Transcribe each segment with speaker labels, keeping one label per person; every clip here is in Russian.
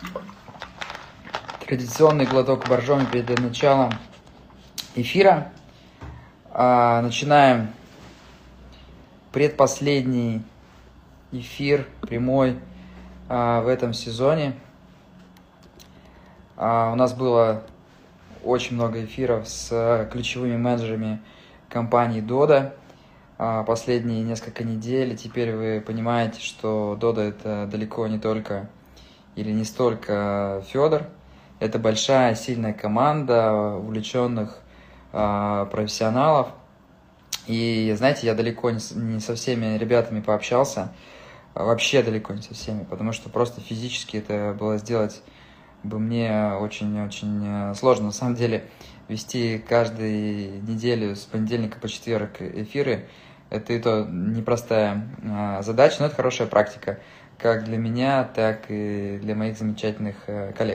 Speaker 1: Традиционный глоток боржоми перед началом эфира. Начинаем предпоследний эфир прямой в этом сезоне. У нас было очень много эфиров с ключевыми менеджерами компании Dodo последние несколько недель. И теперь вы понимаете, что Dodo это далеко не только или не столько Федор. Это большая, сильная команда увлеченных профессионалов. И, знаете, я далеко не со всеми ребятами пообщался, вообще далеко не со всеми, потому что просто физически это было сделать бы мне очень-очень сложно. На самом деле, вести каждую неделю с понедельника по четверг эфиры, это и то непростая задача, но это хорошая практика, как для меня, так и для моих замечательных коллег.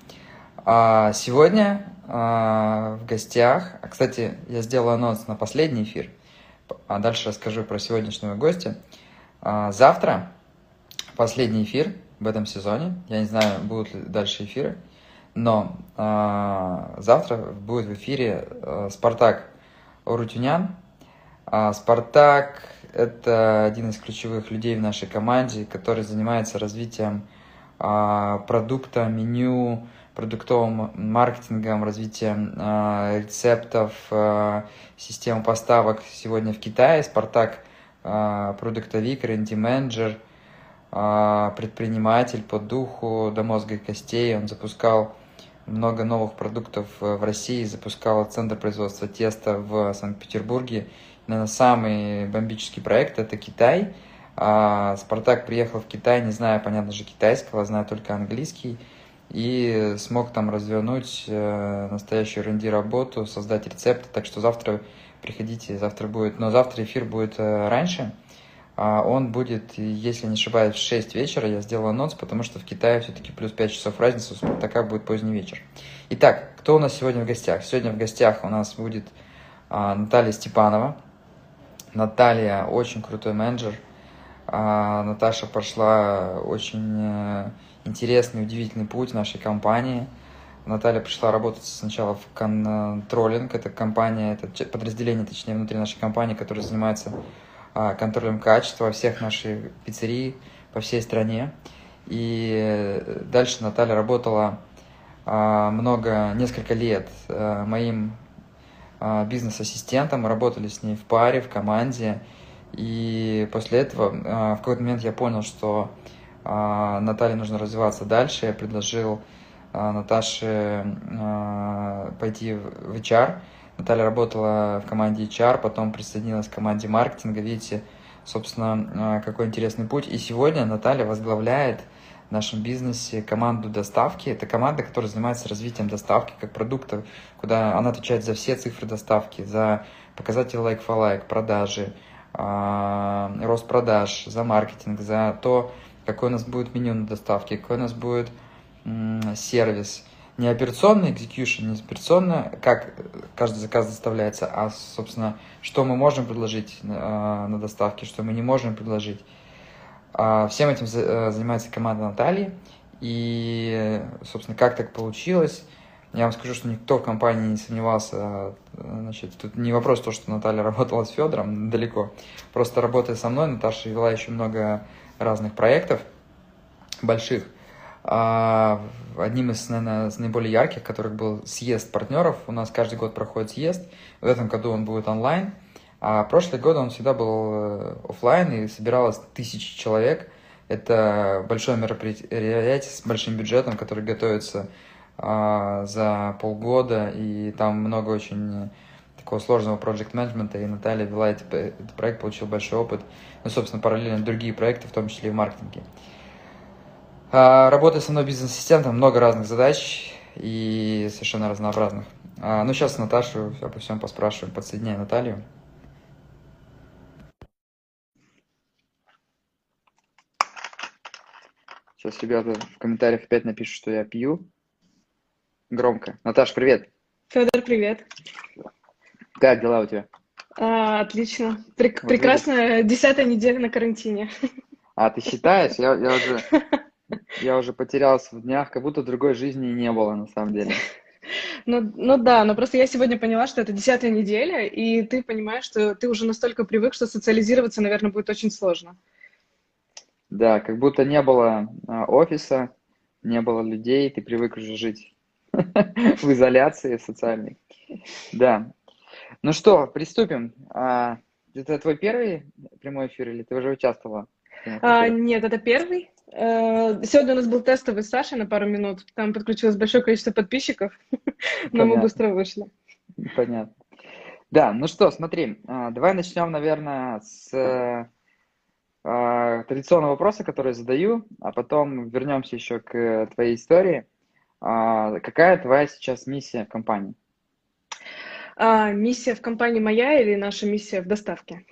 Speaker 1: Сегодня в гостях, кстати, я сделал анонс на последний эфир, а дальше расскажу про сегодняшнего гостя. Завтра последний эфир в этом сезоне, я не знаю, будут ли дальше эфиры, но завтра будет в эфире Спартак Орутюнян. Спартак – это один из ключевых людей в нашей команде, который занимается развитием продукта, меню, продуктовым маркетингом, развитием рецептов, системы поставок сегодня в Китае. Спартак – продуктовик, R&D-менеджер, предприниматель по духу до мозга и костей. Он запускал много новых продуктов в России, запускал центр производства теста в Санкт-Петербурге. Наверное, самый бомбический проект – это Китай. Спартак приехал в Китай, не зная, понятно же, китайского, зная только английский, и смог там развернуть настоящую R&D работу, создать рецепты. Так что завтра приходите, завтра будет, но завтра эфир будет раньше. Он будет, если не ошибаюсь, в 6 вечера. Я сделал анонс, потому что в Китае все-таки плюс 5 часов разница, у Спартака будет поздний вечер. Итак, кто у нас сегодня в гостях? Сегодня в гостях у нас будет Наталья Степанова. Наталья очень крутой менеджер. Наташа прошла очень интересный, удивительный путь в нашей компании. Наталья пришла работать сначала в контролинг. Это компания, это подразделение, точнее, внутри нашей компании, которое занимается контролем качества всех наших пиццерий по всей стране. И дальше Наталья работала несколько лет моим бизнес-ассистентом. Мы работали с ней в паре, в команде. И после этого в какой-то момент я понял, что Наталье нужно развиваться дальше. Я предложил Наташе пойти в HR. Наталья работала в команде HR, потом присоединилась к команде маркетинга. Видите, собственно, какой интересный путь. И сегодня Наталья возглавляет в нашем бизнесе команду доставки. Это команда, которая занимается развитием доставки как продукта, куда она отвечает за все цифры доставки, за показатели like-for-like, продажи, рост продаж, за маркетинг, за то, какой у нас будет меню на доставке, какой у нас будет сервис. Не операционный execution, не операционно, как каждый заказ доставляется, а, собственно, что мы можем предложить на доставке, что мы не можем предложить. Всем этим занимается команда Натальи. И, собственно, как так получилось, я вам скажу, что никто в компании не сомневался. Значит, тут не вопрос то, что Наталья работала с Федором, далеко. Просто работая со мной, Наташа вела еще много разных проектов больших. Одним из, наверное, из наиболее ярких, которых был съезд партнеров. У нас каждый год проходит съезд. В этом году он будет онлайн. А прошлые годы он всегда был офлайн, и собиралось 1000 человек. Это большое мероприятие с большим бюджетом, который готовится за полгода, и там много очень такого сложного проект-менеджмента, и Наталья вела этот проект, получила большой опыт. Ну, собственно, параллельно другие проекты, в том числе и в маркетинге. Работая со мной бизнес-ассистентом, много разных задач и совершенно разнообразных. Ну, сейчас Наташу обо всем поспрашиваем. Подсоединяю Наталью. Сейчас ребята в комментариях опять напишут, что я пью. Громко. Наташ, привет.
Speaker 2: Федор, привет.
Speaker 1: Как дела у тебя?
Speaker 2: Отлично. Прекрасная 10-я неделя на карантине.
Speaker 1: Ты считаешь? Я уже Я уже потерялся в днях, как будто другой жизни и не было на самом деле.
Speaker 2: Ну да, но просто я сегодня поняла, что это 10-я неделя, и ты понимаешь, что ты уже настолько привык, что социализироваться, наверное, будет очень сложно.
Speaker 1: Да, как будто не было офиса, не было людей, ты привык уже жить в изоляции социальной. Да. Ну что, приступим. Это твой первый прямой эфир или ты уже участвовала в прямых эфирах?
Speaker 2: Нет, это первый. Сегодня у нас был тестовый с Сашей на пару минут. Там подключилось большое количество подписчиков, но мы
Speaker 1: Понятно,
Speaker 2: быстро вышли.
Speaker 1: понятно. Да, ну что, смотри, давай начнем, наверное, с традиционного вопроса, который я задаю, а потом вернемся еще к твоей истории. Какая твоя сейчас миссия в компании?
Speaker 2: Миссия в компании моя или наша миссия в доставке?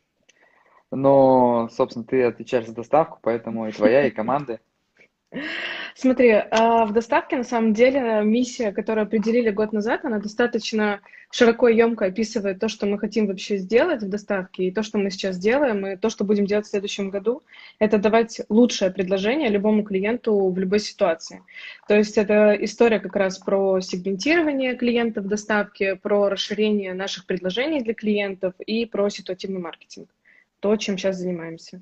Speaker 1: Но, собственно, ты отвечаешь за доставку, поэтому и твоя, и команды.
Speaker 2: Смотри, в доставке на самом деле миссия, которую определили год назад, она достаточно широко и емко описывает то, что мы хотим вообще сделать в доставке, и то, что мы сейчас делаем, и то, что будем делать в следующем году, это давать лучшее предложение любому клиенту в любой ситуации. То есть это история как раз про сегментирование клиентов в доставке, про расширение наших предложений для клиентов и про ситуативный маркетинг. То, чем сейчас занимаемся.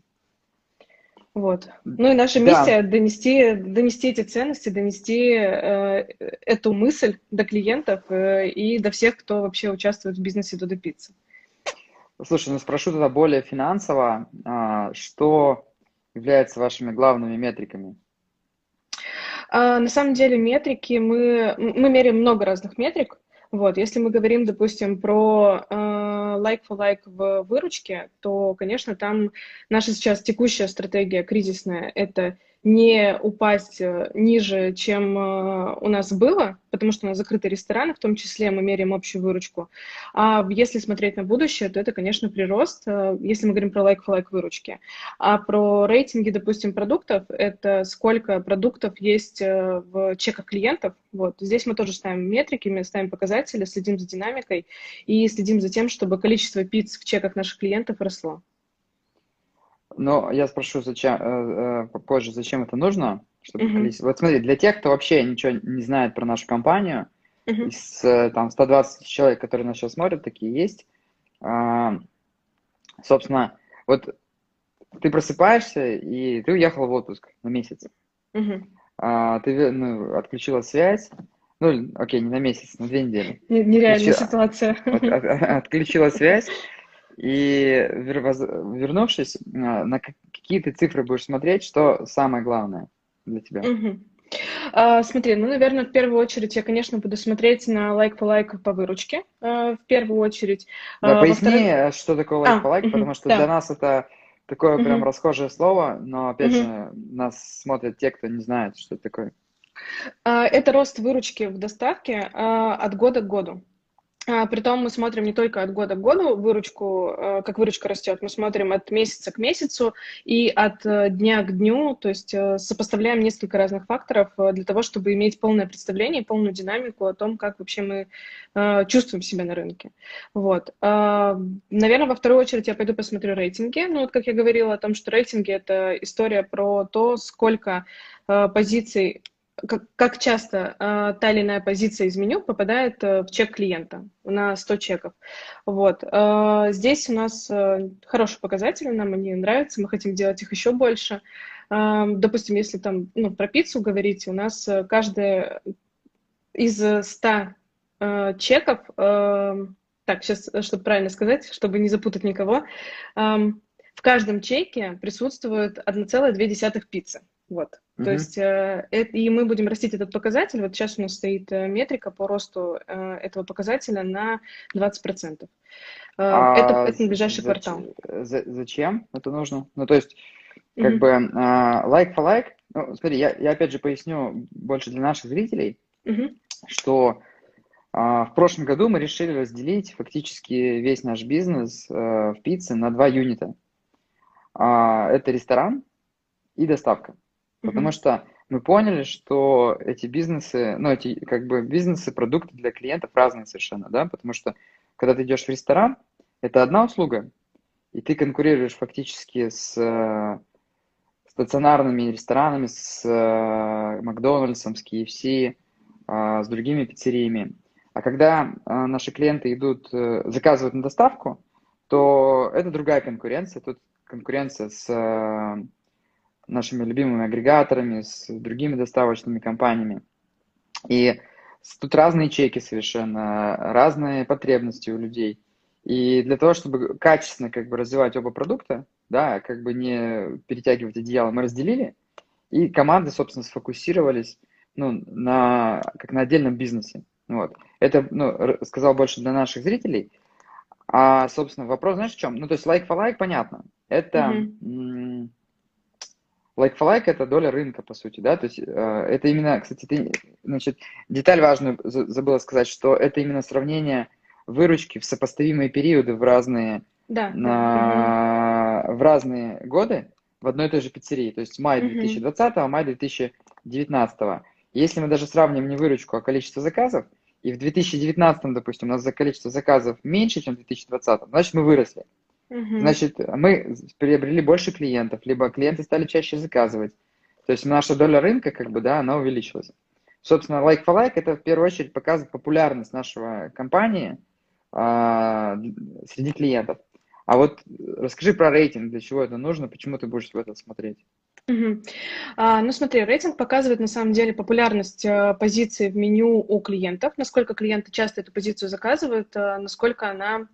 Speaker 2: Вот. Ну и наша
Speaker 1: Да,
Speaker 2: миссия донести эти ценности, донести эту мысль до клиентов и до всех, кто вообще участвует в бизнесе Додо Пицца.
Speaker 1: слушай, ну спрошу тогда более финансово, что является вашими главными метриками?
Speaker 2: На самом деле метрики мы меряем много разных метрик. Вот, если мы говорим, допустим, про like for like в выручке, то, конечно, там наша сейчас текущая стратегия кризисная – это не упасть ниже, чем у нас было, потому что у нас закрыты рестораны, в том числе мы меряем общую выручку. А если смотреть на будущее, то это, конечно, прирост, если мы говорим про like for like выручки. А про рейтинги, допустим, продуктов, это сколько продуктов есть в чеках клиентов. Вот. Здесь мы тоже ставим метрики, мы ставим показатели, следим за динамикой и следим за тем, чтобы количество пиц в чеках наших клиентов росло.
Speaker 1: Но я спрошу позже, зачем это нужно, чтобы
Speaker 2: Мгм.
Speaker 1: количество... Вот смотри, для тех, кто вообще ничего не знает про нашу компанию,
Speaker 2: Мгм.
Speaker 1: из там 120 человек, которые нас сейчас смотрят, такие есть. А, Собственно, вот ты просыпаешься, и ты уехал в отпуск на месяц.
Speaker 2: Мгм.
Speaker 1: Ты отключила связь. Ну, окей, не на месяц, на 2 недели.
Speaker 2: Нереальная ситуация.
Speaker 1: Отключила связь, и вернувшись, на какие ты цифры будешь смотреть, что самое главное для тебя?
Speaker 2: Мгм. Смотри, ну, наверное, в первую очередь я, конечно, буду смотреть на лайк по лайк по выручке, в первую очередь.
Speaker 1: Да,
Speaker 2: Во-вторых,
Speaker 1: поясни, что такое like-for-like, потому что для
Speaker 2: да.
Speaker 1: нас это такое прям
Speaker 2: Мгм.
Speaker 1: расхожее слово, но опять
Speaker 2: Мгм.
Speaker 1: же нас смотрят те, кто не знает, что это такое.
Speaker 2: Это рост выручки в доставке от года к году. Притом мы смотрим не только от года к году выручку, как выручка растет, мы смотрим от месяца к месяцу и от дня к дню, то есть сопоставляем несколько разных факторов для того, чтобы иметь полное представление, полную динамику о том, как вообще мы чувствуем себя на рынке. Вот. Наверное, во вторую очередь я пойду посмотрю рейтинги. Ну, вот как я говорила о том, что рейтинги – это история про то, сколько позиций как часто та или иная позиция из меню попадает в чек клиента на 100 чеков. Вот. Здесь у нас хорошие показатели, нам они нравятся, мы хотим делать их еще больше. Допустим, если там про пиццу говорить, у нас каждая из 100 чеков, так, сейчас, чтобы правильно сказать, чтобы не запутать никого, в каждом чеке присутствует 1,2 пиццы. Вот. То
Speaker 1: Мгм.
Speaker 2: есть, и мы будем растить этот показатель. Вот сейчас у нас стоит метрика по росту этого показателя на 20%. Это на ближайший квартал.
Speaker 1: Зачем это нужно? Ну, то есть, как
Speaker 2: Мгм.
Speaker 1: бы, like for like, ну, смотри, я опять же поясню больше для наших зрителей,
Speaker 2: Мгм.
Speaker 1: что в прошлом году мы решили разделить фактически весь наш бизнес в пицце на два юнита. Это ресторан и доставка. Потому
Speaker 2: Мгм.
Speaker 1: что мы поняли, что эти бизнесы, ну, эти как бы бизнесы, продукты для клиентов разные совершенно, да, потому что когда ты идешь в ресторан, это одна услуга, и ты конкурируешь фактически с стационарными ресторанами, с Макдональдсом, с KFC, с другими пиццериями. А когда наши клиенты идут, заказывают на доставку, то это другая конкуренция. Тут конкуренция с нашими любимыми агрегаторами, с другими доставочными компаниями. И тут разные чеки совершенно, разные потребности у людей. И для того, чтобы качественно как бы развивать оба продукта, да, как бы не перетягивать одеяло, мы разделили, и команды, собственно, сфокусировались, ну, как на отдельном бизнесе. Вот. Это, ну, сказал больше для наших зрителей. А, собственно, вопрос, знаешь, в чем? Ну, то есть like for like, понятно. Это like for like это доля рынка, по сути, да, то есть это именно, кстати, значит, деталь важную забыла сказать, что это именно сравнение выручки в сопоставимые периоды в разные,
Speaker 2: Да,
Speaker 1: в разные годы в одной и той же пиццерии, то есть май 2020, май 2019. Если мы даже сравним не выручку, а количество заказов, и в 2019, допустим, у нас за количество заказов меньше, чем в 2020, значит, мы выросли. Значит, мы приобрели больше клиентов, либо клиенты стали чаще заказывать. То есть наша доля рынка, как бы, да, она увеличилась. Собственно, like for like это в первую очередь показывает популярность нашего компании среди клиентов. А вот расскажи про рейтинг, для чего это нужно, почему ты будешь в это смотреть?
Speaker 2: Ну смотри, рейтинг показывает на самом деле популярность позиции в меню у клиентов, насколько клиенты часто эту позицию заказывают, насколько она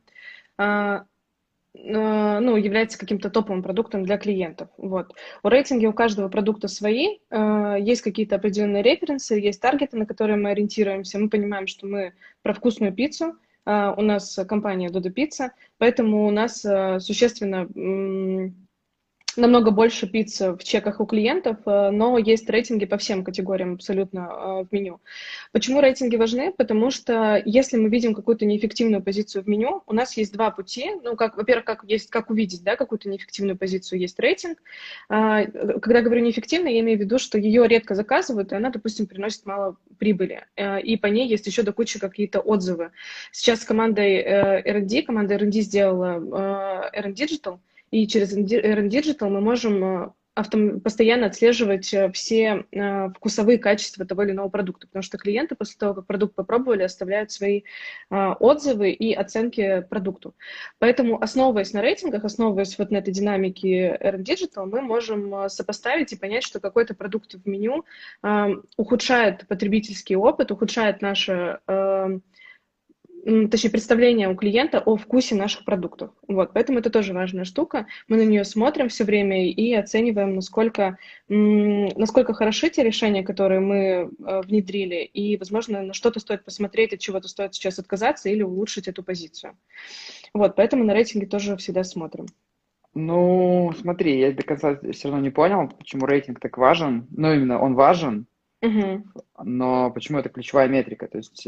Speaker 2: ну, является каким-то топовым продуктом для клиентов. Вот. У рейтинга у каждого продукта свои, есть какие-то определенные референсы, есть таргеты, на которые мы ориентируемся. Мы понимаем, что мы про вкусную пиццу, у нас компания Dodo Pizza, поэтому у нас существенно намного больше пицц в чеках у клиентов, но есть рейтинги по всем категориям абсолютно в меню. Почему рейтинги важны? Потому что если мы видим какую-то неэффективную позицию в меню, у нас есть два пути. Ну, во-первых, как увидеть, да, какую-то неэффективную позицию, есть рейтинг. Когда говорю неэффективно, я имею в виду, что ее редко заказывают, и она, допустим, приносит мало прибыли. И по ней есть еще до кучи какие-то отзывы. Сейчас с командой команда R&D сделала R&D Digital, и через RN Digital мы можем постоянно отслеживать все вкусовые качества того или иного продукта, потому что клиенты после того, как продукт попробовали, оставляют свои отзывы и оценки продукту. Поэтому, основываясь на рейтингах, основываясь вот на этой динамике RN Digital, мы можем сопоставить и понять, что какой-то продукт в меню ухудшает потребительский опыт, ухудшает наше точнее, представление у клиента о вкусе наших продуктов. Вот, поэтому это тоже важная штука. Мы на нее смотрим все время и оцениваем, насколько хороши те решения, которые мы внедрили, и, возможно, на что-то стоит посмотреть, от чего-то стоит сейчас отказаться или улучшить эту позицию. Вот, поэтому на рейтинге тоже всегда смотрим.
Speaker 1: Ну, смотри, я до конца все равно не понял, почему рейтинг так важен. Ну, именно он важен, но почему это ключевая метрика? То есть...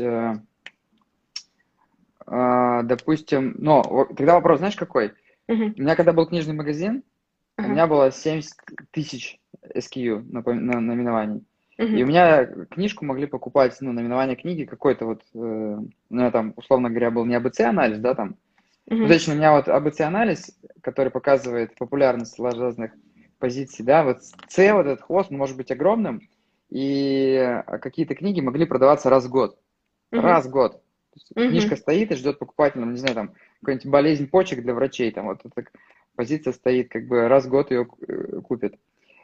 Speaker 1: допустим, тогда вопрос, знаешь, какой? У меня когда был книжный магазин, у меня было 70 тысяч SKU наименований. И у меня книжку могли покупать, наименование книги какой-то вот, там, условно говоря, был не АБЦ-анализ, да, там. Ну, точно, у меня вот АБЦ-анализ, который показывает популярность разных позиций, да, вот С, вот этот хвост, он может быть огромным, и какие-то книги могли продаваться раз в год. Раз в год. Книжка стоит и ждет покупателя, не знаю, там, какая-нибудь болезнь почек для врачей, там, вот эта позиция стоит, как бы раз в год ее купят.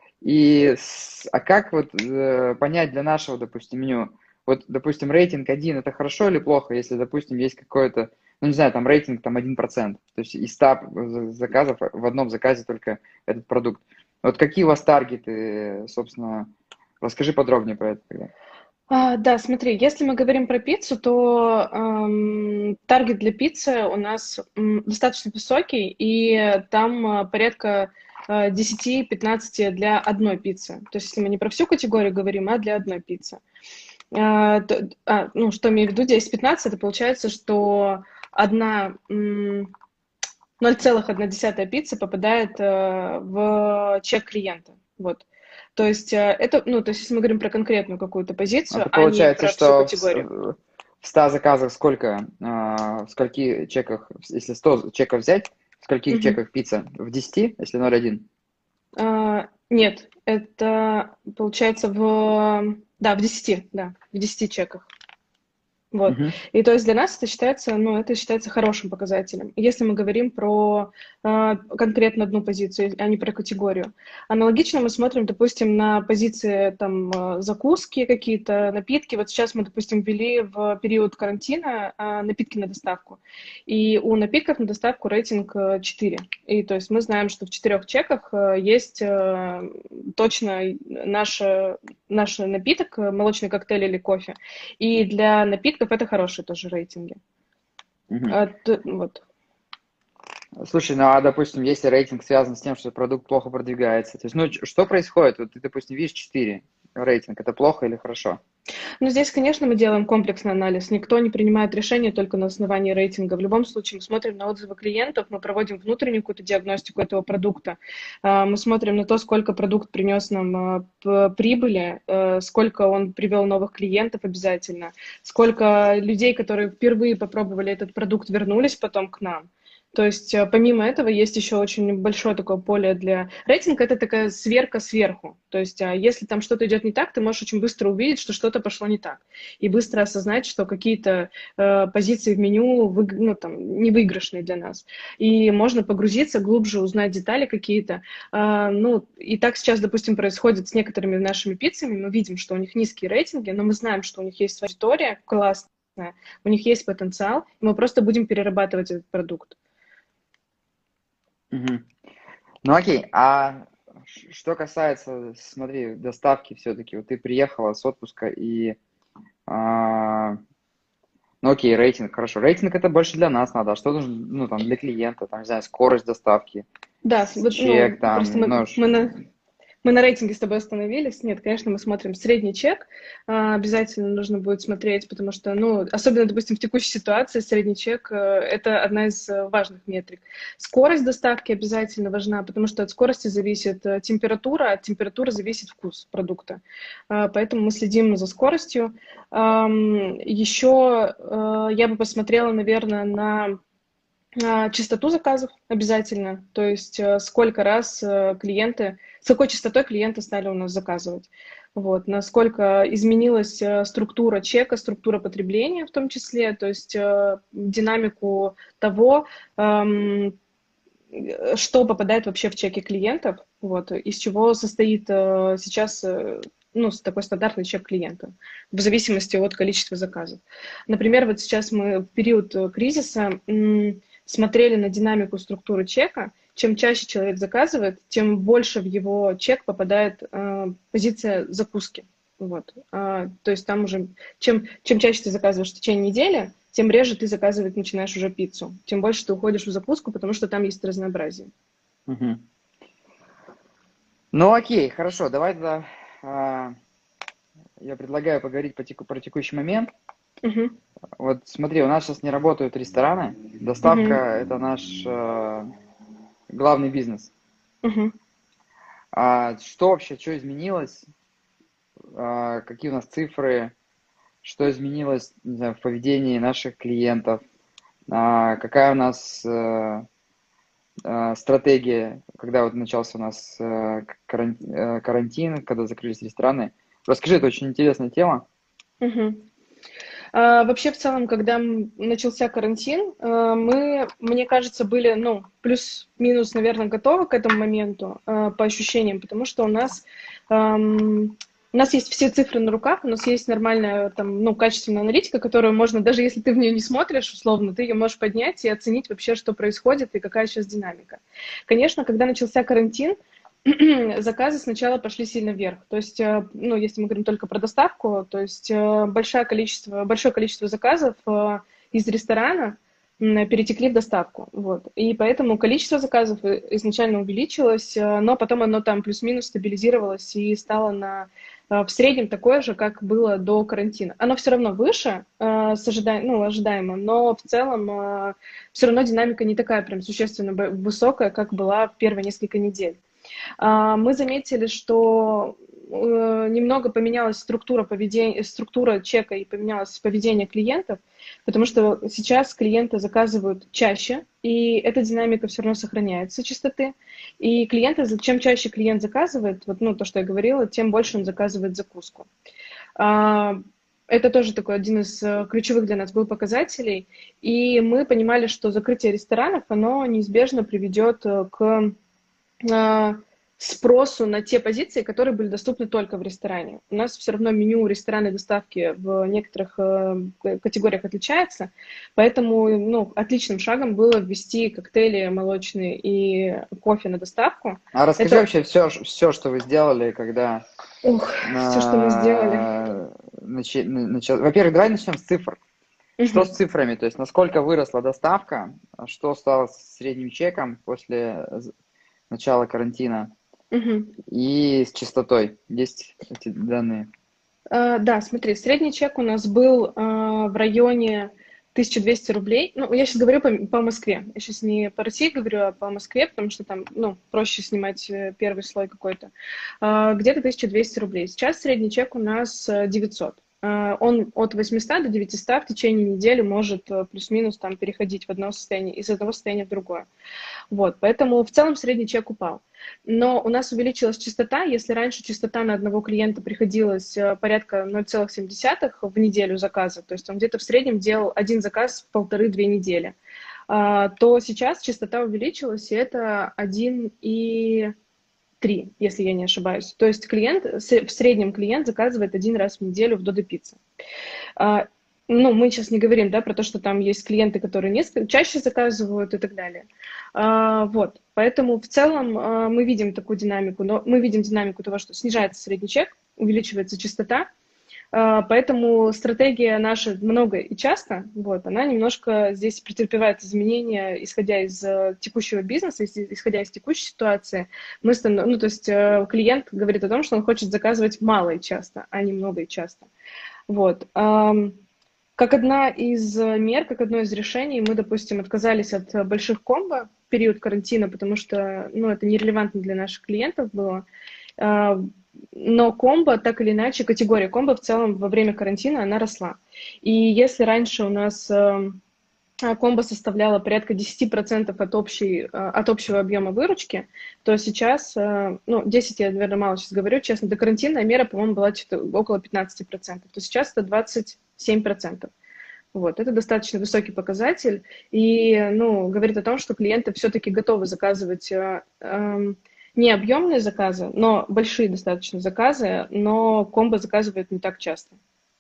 Speaker 1: А как вот понять для нашего, допустим, меню? Вот, допустим, рейтинг 1 это хорошо или плохо, если, допустим, есть какой-то, ну, не знаю, там, рейтинг там 1%, то есть из 100 заказов в одном заказе только этот продукт. Вот какие у вас таргеты, собственно, расскажи подробнее про это тогда.
Speaker 2: Да, смотри, если мы говорим про пиццу, то таргет для пиццы у нас достаточно высокий, и там порядка 10-15 для одной пиццы. То есть если мы не про всю категорию говорим, а для одной пиццы. Что имею в виду, 10-15, это получается, что 0,1 пицца попадает в чек клиента. Вот. То есть это, то есть если мы говорим про конкретную какую-то позицию,
Speaker 1: это получается,
Speaker 2: не про
Speaker 1: что
Speaker 2: всю категорию.
Speaker 1: В 100 заказах сколько, в скольких чеках, если 100 чеков взять, в скольких чеках пицца? В 10, если 0,1?
Speaker 2: Нет, это получается да, в 10 чеках. Вот.
Speaker 1: Мгм.
Speaker 2: И то есть для нас это считается, ну, это считается хорошим показателем. Если мы говорим про конкретно одну позицию, а не про категорию. Аналогично мы смотрим, допустим, на позиции там закуски какие-то, напитки. Вот сейчас мы, допустим, ввели в период карантина напитки на доставку. И у напитков на доставку рейтинг 4. И то есть мы знаем, что в 4 чеках есть точно наш напиток, молочный коктейль или кофе. И для напитков это хорошие тоже рейтинги.
Speaker 1: Мгм.
Speaker 2: Вот.
Speaker 1: Слушай, ну а, допустим, если рейтинг связан с тем, что продукт плохо продвигается, то есть, ну, что происходит? Вот ты, допустим, видишь 4 рейтинг, это плохо или хорошо?
Speaker 2: Но здесь, конечно, мы делаем комплексный анализ. Никто не принимает решения только на основании рейтинга. В любом случае мы смотрим на отзывы клиентов, мы проводим внутреннюю какую-то диагностику этого продукта. Мы смотрим на то, сколько продукт принес нам прибыли, сколько он привел новых клиентов обязательно, сколько людей, которые впервые попробовали этот продукт, вернулись потом к нам. То есть, помимо этого, есть еще очень большое такое поле для... Рейтинг — это такая сверка сверху. То есть, если там что-то идет не так, ты можешь очень быстро увидеть, что что-то пошло не так. И быстро осознать, что какие-то позиции в меню ну, там, невыигрышные для нас. И можно погрузиться глубже, узнать детали какие-то. Ну, и так сейчас, допустим, происходит с некоторыми нашими пиццами. Мы видим, что у них низкие рейтинги, но мы знаем, что у них есть своя аудитория классная, у них есть потенциал, и мы просто будем перерабатывать этот продукт.
Speaker 1: Мгм. Ну окей, а что касается, смотри, доставки все-таки, вот ты приехала с отпуска и, а, ну окей, рейтинг, хорошо, рейтинг это больше для нас надо, а что нужно, ну там для клиента, там, не знаю, скорость доставки,
Speaker 2: Да, вот, ну,
Speaker 1: чек,
Speaker 2: просто
Speaker 1: там, ну,
Speaker 2: мы на рейтинге с тобой остановились. Нет, конечно, мы смотрим средний чек. Обязательно нужно будет смотреть, потому что, ну, особенно, допустим, в текущей ситуации средний чек это одна из важных метрик. Скорость доставки обязательно важна, потому что от скорости зависит температура, от температуры зависит вкус продукта. Поэтому мы следим за скоростью. Еще я бы посмотрела, наверное, на частоту заказов обязательно, то есть сколько раз клиенты, с какой частотой клиенты стали у нас заказывать. Вот, насколько изменилась структура чека, структура потребления в том числе, то есть динамику того, что попадает вообще в чеки клиентов, вот, из чего состоит сейчас ну, такой стандартный чек клиента, в зависимости от количества заказов. Например, вот сейчас мы в период кризиса смотрели на динамику структуры чека. Чем чаще человек заказывает, тем больше в его чек попадает позиция закуски. Вот. То есть там уже, чем чаще ты заказываешь в течение недели, тем реже ты заказывать начинаешь уже пиццу. Тем больше ты уходишь в закуску, потому что там есть разнообразие.
Speaker 1: мгм. Ну окей, хорошо, давай тогда а, я предлагаю поговорить про текущий момент.
Speaker 2: Мгм.
Speaker 1: Вот смотри, у нас сейчас не работают рестораны, доставка
Speaker 2: Мгм.
Speaker 1: это наш главный бизнес.
Speaker 2: Мгм.
Speaker 1: А что вообще, что изменилось? Какие у нас цифры? Что изменилось, не знаю, в поведении наших клиентов? Какая у нас стратегия, когда вот начался у нас карантин, когда закрылись рестораны? Расскажи, это очень интересная тема.
Speaker 2: Мгм. Вообще, в целом, когда начался карантин, мы, мне кажется, были, ну, плюс-минус, наверное, готовы к этому моменту, по ощущениям, потому что у нас есть все цифры на руках, у нас есть нормальная, там, ну, качественная аналитика, которую можно, даже если ты в нее не смотришь, условно, ты ее можешь поднять и оценить вообще, что происходит и какая сейчас динамика. Конечно, когда начался карантин, заказы сначала пошли сильно вверх. То есть, ну, если мы говорим только про доставку, то есть большое количество заказов из ресторана перетекли в доставку. Вот. И поэтому количество заказов изначально увеличилось, но потом оно там плюс-минус стабилизировалось и стало в среднем такое же, как было до карантина. Оно все равно выше, ну, ожидаемо, но в целом все равно динамика не такая прям существенно высокая, как была в первые несколько недель. Мы заметили, что немного поменялась структура поведения, структура чека и поменялось поведение клиентов, потому что сейчас клиенты заказывают чаще, и эта динамика все равно сохраняется частоты. И клиенты, чем чаще клиент заказывает, вот, ну, то, что я говорила, тем больше он заказывает закуску. А, Это тоже такой один из ключевых для нас был показателей. И мы понимали, что закрытие ресторанов, оно неизбежно приведет к а, спросу на те позиции, которые были доступны только в ресторане. У нас все равно меню ресторанной доставки в некоторых категориях отличается, поэтому ну, отличным шагом было ввести коктейли молочные и кофе на доставку.
Speaker 1: А расскажи
Speaker 2: Это,
Speaker 1: вообще все, что вы сделали, когда
Speaker 2: ох, все, что мы сделали.
Speaker 1: Во-первых, давай начнем с цифр. Что с
Speaker 2: Мгм.
Speaker 1: цифрами? То есть насколько выросла доставка, что стало с средним чеком после начала карантина
Speaker 2: Мгм.
Speaker 1: и с частотой? Есть эти данные?
Speaker 2: Да, смотри, средний чек у нас был в районе 1200 рублей. Ну, я сейчас говорю по Москве. Я сейчас не по России говорю, а по Москве, потому что там, ну, проще снимать первый слой какой-то. Где-то 1200 рублей. Сейчас средний чек у нас 900. Он от 800 до 900 в течение недели может плюс-минус там переходить в одно состояние, из одного состояния в другое. Вот, поэтому в целом средний чек упал. Но у нас увеличилась частота. Если раньше частота на одного клиента приходилась порядка 0,7 в неделю заказа, то есть он где-то в среднем делал один заказ в 1,5-2 недели, то сейчас частота увеличилась, и это 1,3, если я не ошибаюсь. То есть в среднем клиент заказывает один раз в неделю в Додо Пицца. А, Ну, мы сейчас не говорим, да, про то, что там есть клиенты, которые чаще заказывают и так далее. Вот, поэтому в целом мы видим такую динамику, но мы видим динамику того, что снижается средний чек, увеличивается частота, поэтому стратегия наша много и часто, вот, она немножко здесь претерпевает изменения, исходя из текущего бизнеса, исходя из текущей ситуации. Ну, то есть клиент говорит о том, что он хочет заказывать мало и часто, а не много и часто. Вот. Как одна из мер, как одно из решений, мы, допустим, отказались от больших комбо в период карантина, потому что, ну, это нерелевантно для наших клиентов было. А, Но комбо, так или иначе, категория комбо в целом во время карантина, она росла. И если раньше у нас комбо составляла порядка 10% от общего объема выручки, то сейчас, ну, 10 я, наверное, мало сейчас говорю, честно, до карантинная мера, по-моему, была что-то около 15%, то сейчас это 27%. Вот, это достаточно высокий показатель и, ну, говорит о том, что клиенты все-таки готовы заказывать не объемные заказы, но большие достаточно заказы, но комбо заказывают не так часто.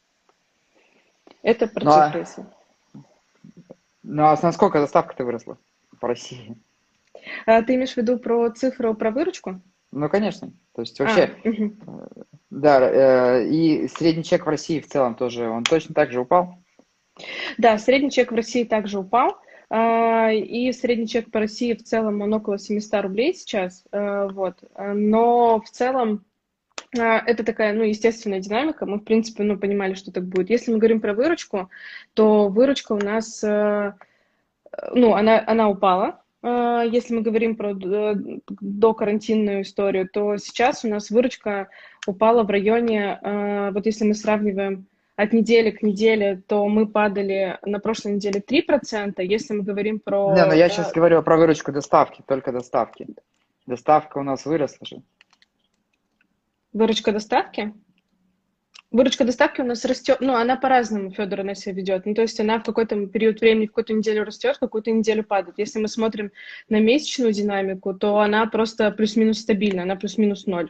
Speaker 2: Это про
Speaker 1: Ну а,
Speaker 2: цифры, если.
Speaker 1: ну, а насколько доставка-то выросла по России?
Speaker 2: Ты имеешь в виду про цифру, про выручку?
Speaker 1: Ну, конечно. То есть вообще,
Speaker 2: Мгм.
Speaker 1: да, и средний чек в России в целом тоже, он точно так же упал?
Speaker 2: Да, средний чек в России также упал, и средний чек по России в целом он около 700 рублей сейчас, вот, но в целом это такая, ну, естественная динамика, мы, в принципе, ну, понимали, что так будет. Если мы говорим про выручку, то выручка у нас, ну, она упала. Если мы говорим про докарантинную историю, то сейчас у нас выручка упала в районе, вот если мы сравниваем от недели к неделе, то мы падали на прошлой неделе 3%. Если мы говорим
Speaker 1: Не, ну
Speaker 2: про
Speaker 1: я сейчас говорю про выручку доставки, только доставки. Доставка у нас выросла же.
Speaker 2: выручка доставки, выручка доставки у нас растет, ну, она по-разному, Федор, она себя ведет. Ну, то есть она в какой-то период времени, в какую-то неделю растет, в какую-то неделю падает. Если мы смотрим на месячную динамику, то она просто плюс-минус стабильна, она плюс-минус ноль.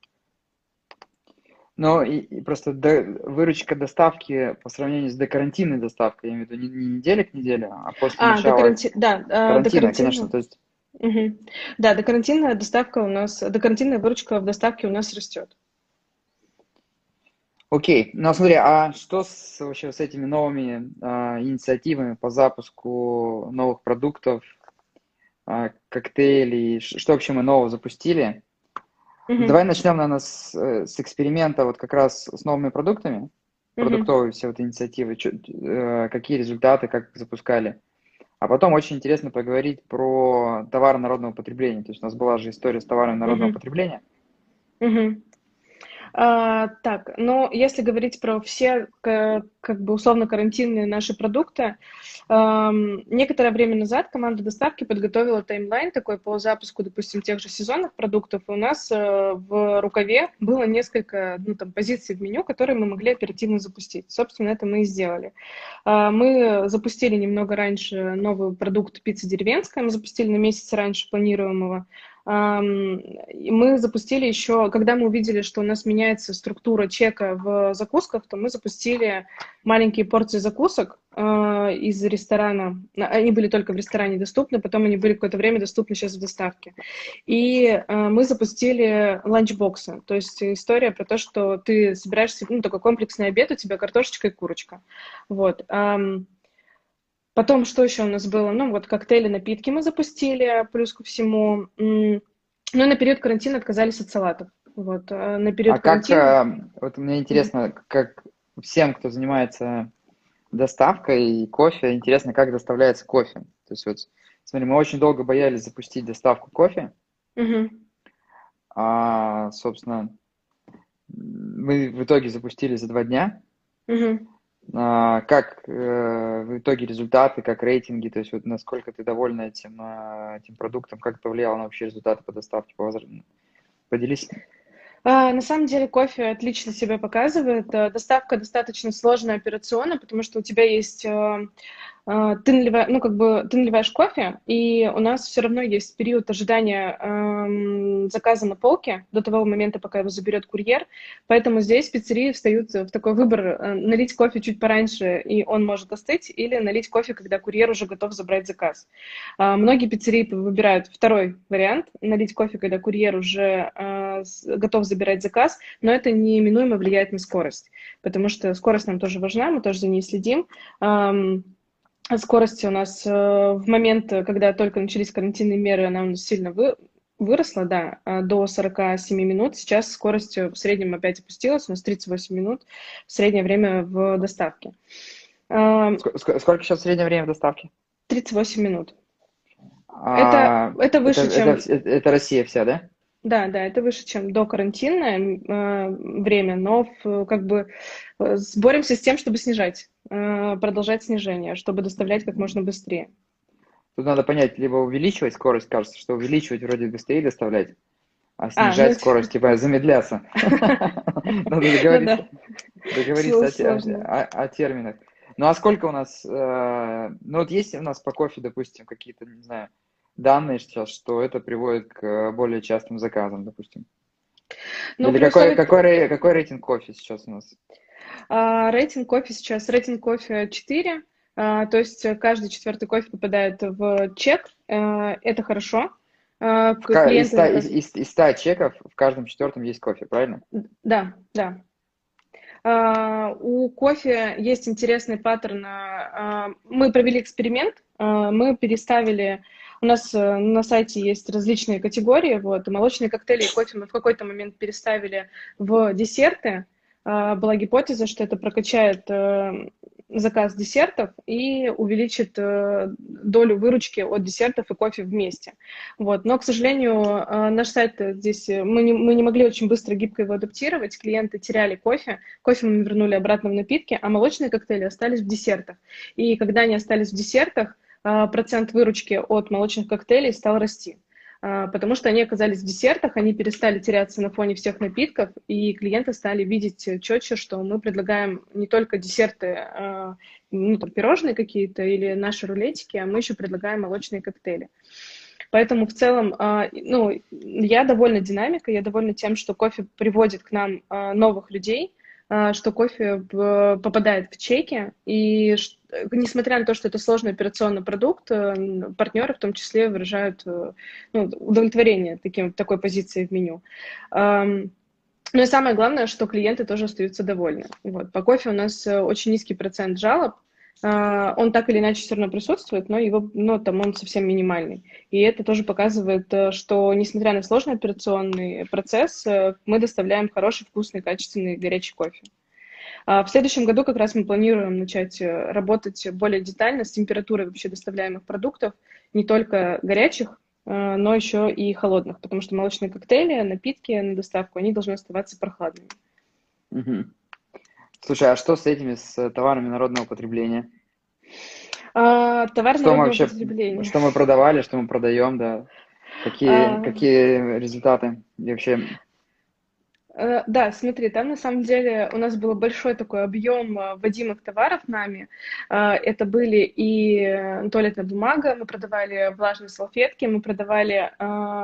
Speaker 1: Но и просто выручка доставки по сравнению с докарантинной доставкой, я имею в виду не неделя к неделе, а после
Speaker 2: До
Speaker 1: начала
Speaker 2: карантина, да, до
Speaker 1: карантина, конечно.
Speaker 2: карантина.
Speaker 1: То есть,
Speaker 2: Мгм. Да, до карантинная доставка у нас, до карантинная выручка в доставке у нас растет.
Speaker 1: окей. Ну, а смотри, а что вообще с этими новыми инициативами по запуску новых продуктов, коктейлей, что вообще мы нового запустили?
Speaker 2: Мгм.
Speaker 1: Давай начнем, наверное, с эксперимента вот как раз с новыми продуктами,
Speaker 2: Мгм.
Speaker 1: продуктовые все вот инициативы, какие результаты, как запускали. А потом очень интересно поговорить про товары народного потребления. То есть у нас была же история с товарами народного
Speaker 2: Мгм.
Speaker 1: потребления.
Speaker 2: Мгм. Так, но если говорить про все, как бы условно карантинные наши продукты, некоторое время назад команда доставки подготовила таймлайн такой по запуску, допустим, тех же сезонных продуктов. И у нас в рукаве было несколько, ну, там, позиций в меню, которые мы могли оперативно запустить. Собственно, это мы и сделали. Мы запустили немного раньше новый продукт «Пицца деревенская», мы запустили на месяц раньше планируемого. И мы запустили еще, когда мы увидели, что у нас меняется структура чека в закусках, то мы запустили маленькие порции закусок из ресторана. Они были только в ресторане доступны, потом они были какое-то время доступны сейчас в доставке. И мы запустили ланчбоксы, то есть история про то, что ты собираешься, ну, такой комплексный обед, у тебя картошечка и курочка. Вот. Потом, что еще у нас было? Ну, вот коктейли, напитки мы запустили, плюс ко всему. Ну, на период карантина отказались от салатов. Вот, на период
Speaker 1: А как,
Speaker 2: карантина...
Speaker 1: вот мне интересно, как всем, кто занимается доставкой кофе, интересно, как доставляется кофе. То есть вот, смотри, мы очень долго боялись запустить доставку кофе,
Speaker 2: Мгм.
Speaker 1: собственно, мы в итоге запустили за 2 дня.
Speaker 2: Мгм.
Speaker 1: Как в итоге результаты, как рейтинги, то есть вот насколько ты довольна этим продуктом, как это повлияло на общие результаты по доставке, поделись.
Speaker 2: На самом деле кофе отлично себя показывает. Доставка достаточно сложная операционно, потому что у тебя есть ты ну, как бы, ты наливаешь кофе, и у нас все равно есть период ожидания заказа на полке до того момента, пока его заберет курьер. Поэтому здесь пиццерии встают в такой выбор: налить кофе чуть пораньше, и он может остыть, или налить кофе, когда курьер уже готов забрать заказ. Многие пиццерии выбирают второй вариант — налить кофе, когда курьер уже готов забирать заказ, но это неминуемо влияет на скорость, потому что скорость нам тоже важна, мы тоже за ней следим. Скорость у нас в момент, когда только начались карантинные меры, она у нас сильно выросла, да, до 47 минут. Сейчас скорость в среднем опять опустилась, у нас 38 минут в среднее время в доставке.
Speaker 1: Сколько сейчас среднее время доставки?
Speaker 2: 38 минут.
Speaker 1: А,
Speaker 2: Это выше, чем...
Speaker 1: это Россия вся, да?
Speaker 2: Да, да, это выше, чем до карантинное время, но как бы боремся с тем, чтобы снижать, продолжать снижение, чтобы доставлять как можно быстрее.
Speaker 1: Тут надо понять, либо увеличивать скорость, кажется, что увеличивать вроде быстрее доставлять, а
Speaker 2: Ну,
Speaker 1: снижать скорость, типа замедляться. Надо
Speaker 2: ну да,
Speaker 1: договориться
Speaker 2: сложно.
Speaker 1: о терминах. Ну а сколько у нас, ну вот есть у нас по кофе, допустим, какие-то, не знаю, данные сейчас, что это приводит к более частым заказам, допустим?
Speaker 2: Ну,
Speaker 1: Или
Speaker 2: при
Speaker 1: какой,
Speaker 2: условии...
Speaker 1: какой, какой рейтинг кофе сейчас у нас?
Speaker 2: Рейтинг кофе сейчас, рейтинг кофе 4, то есть каждый четвертый кофе попадает в чек, это хорошо.
Speaker 1: Из
Speaker 2: Клиенты
Speaker 1: 100,
Speaker 2: заказывают.
Speaker 1: из 100 чеков в каждом четвертом есть кофе, правильно?
Speaker 2: Да, да. У кофе есть интересный паттерн. Мы провели эксперимент, мы переставили... У нас на сайте есть различные категории, вот, и молочные коктейли и кофе мы в какой-то момент переставили в десерты. Была гипотеза, что это прокачает заказ десертов и увеличит долю выручки от десертов и кофе вместе. Вот. Но, к сожалению, наш сайт здесь... Мы не могли очень быстро, гибко его адаптировать. Клиенты теряли кофе. Кофе мы вернули обратно в напитки, а молочные коктейли остались в десертах. И когда они остались в десертах, процент выручки от молочных коктейлей стал расти. Потому что они оказались в десертах, они перестали теряться на фоне всех напитков, и клиенты стали видеть четче, что мы предлагаем не только десерты, ну, там, пирожные какие-то или наши рулетики, а мы еще предлагаем молочные коктейли. Поэтому в целом, ну, я довольна динамикой, я довольна тем, что кофе приводит к нам новых людей, что кофе попадает в чеки, и несмотря на то, что это сложный операционный продукт, партнеры в том числе выражают, ну, удовлетворение такой позицией в меню. Ну и самое главное, что клиенты тоже остаются довольны. Вот. По кофе у нас очень низкий процент жалоб. Он так или иначе все равно присутствует, но там он совсем минимальный. И это тоже показывает, что, несмотря на сложный операционный процесс, мы доставляем хороший, вкусный, качественный горячий кофе. В следующем году как раз мы планируем начать работать более детально с температурой вообще доставляемых продуктов, не только горячих, но еще и холодных, потому что молочные коктейли, напитки на доставку, они должны оставаться прохладными.
Speaker 1: Мгм. Слушай, а что с этими, с товарами народного потребления?
Speaker 2: Товар
Speaker 1: Что мы
Speaker 2: народного
Speaker 1: вообще,
Speaker 2: потребления.
Speaker 1: что мы продавали, что мы продаем, да? Какие,
Speaker 2: А,
Speaker 1: какие результаты? И вообще,
Speaker 2: Да, смотри, там на самом деле у нас был большой такой объем вводимых товаров нами. Это были и туалетная бумага, мы продавали влажные салфетки, мы продавали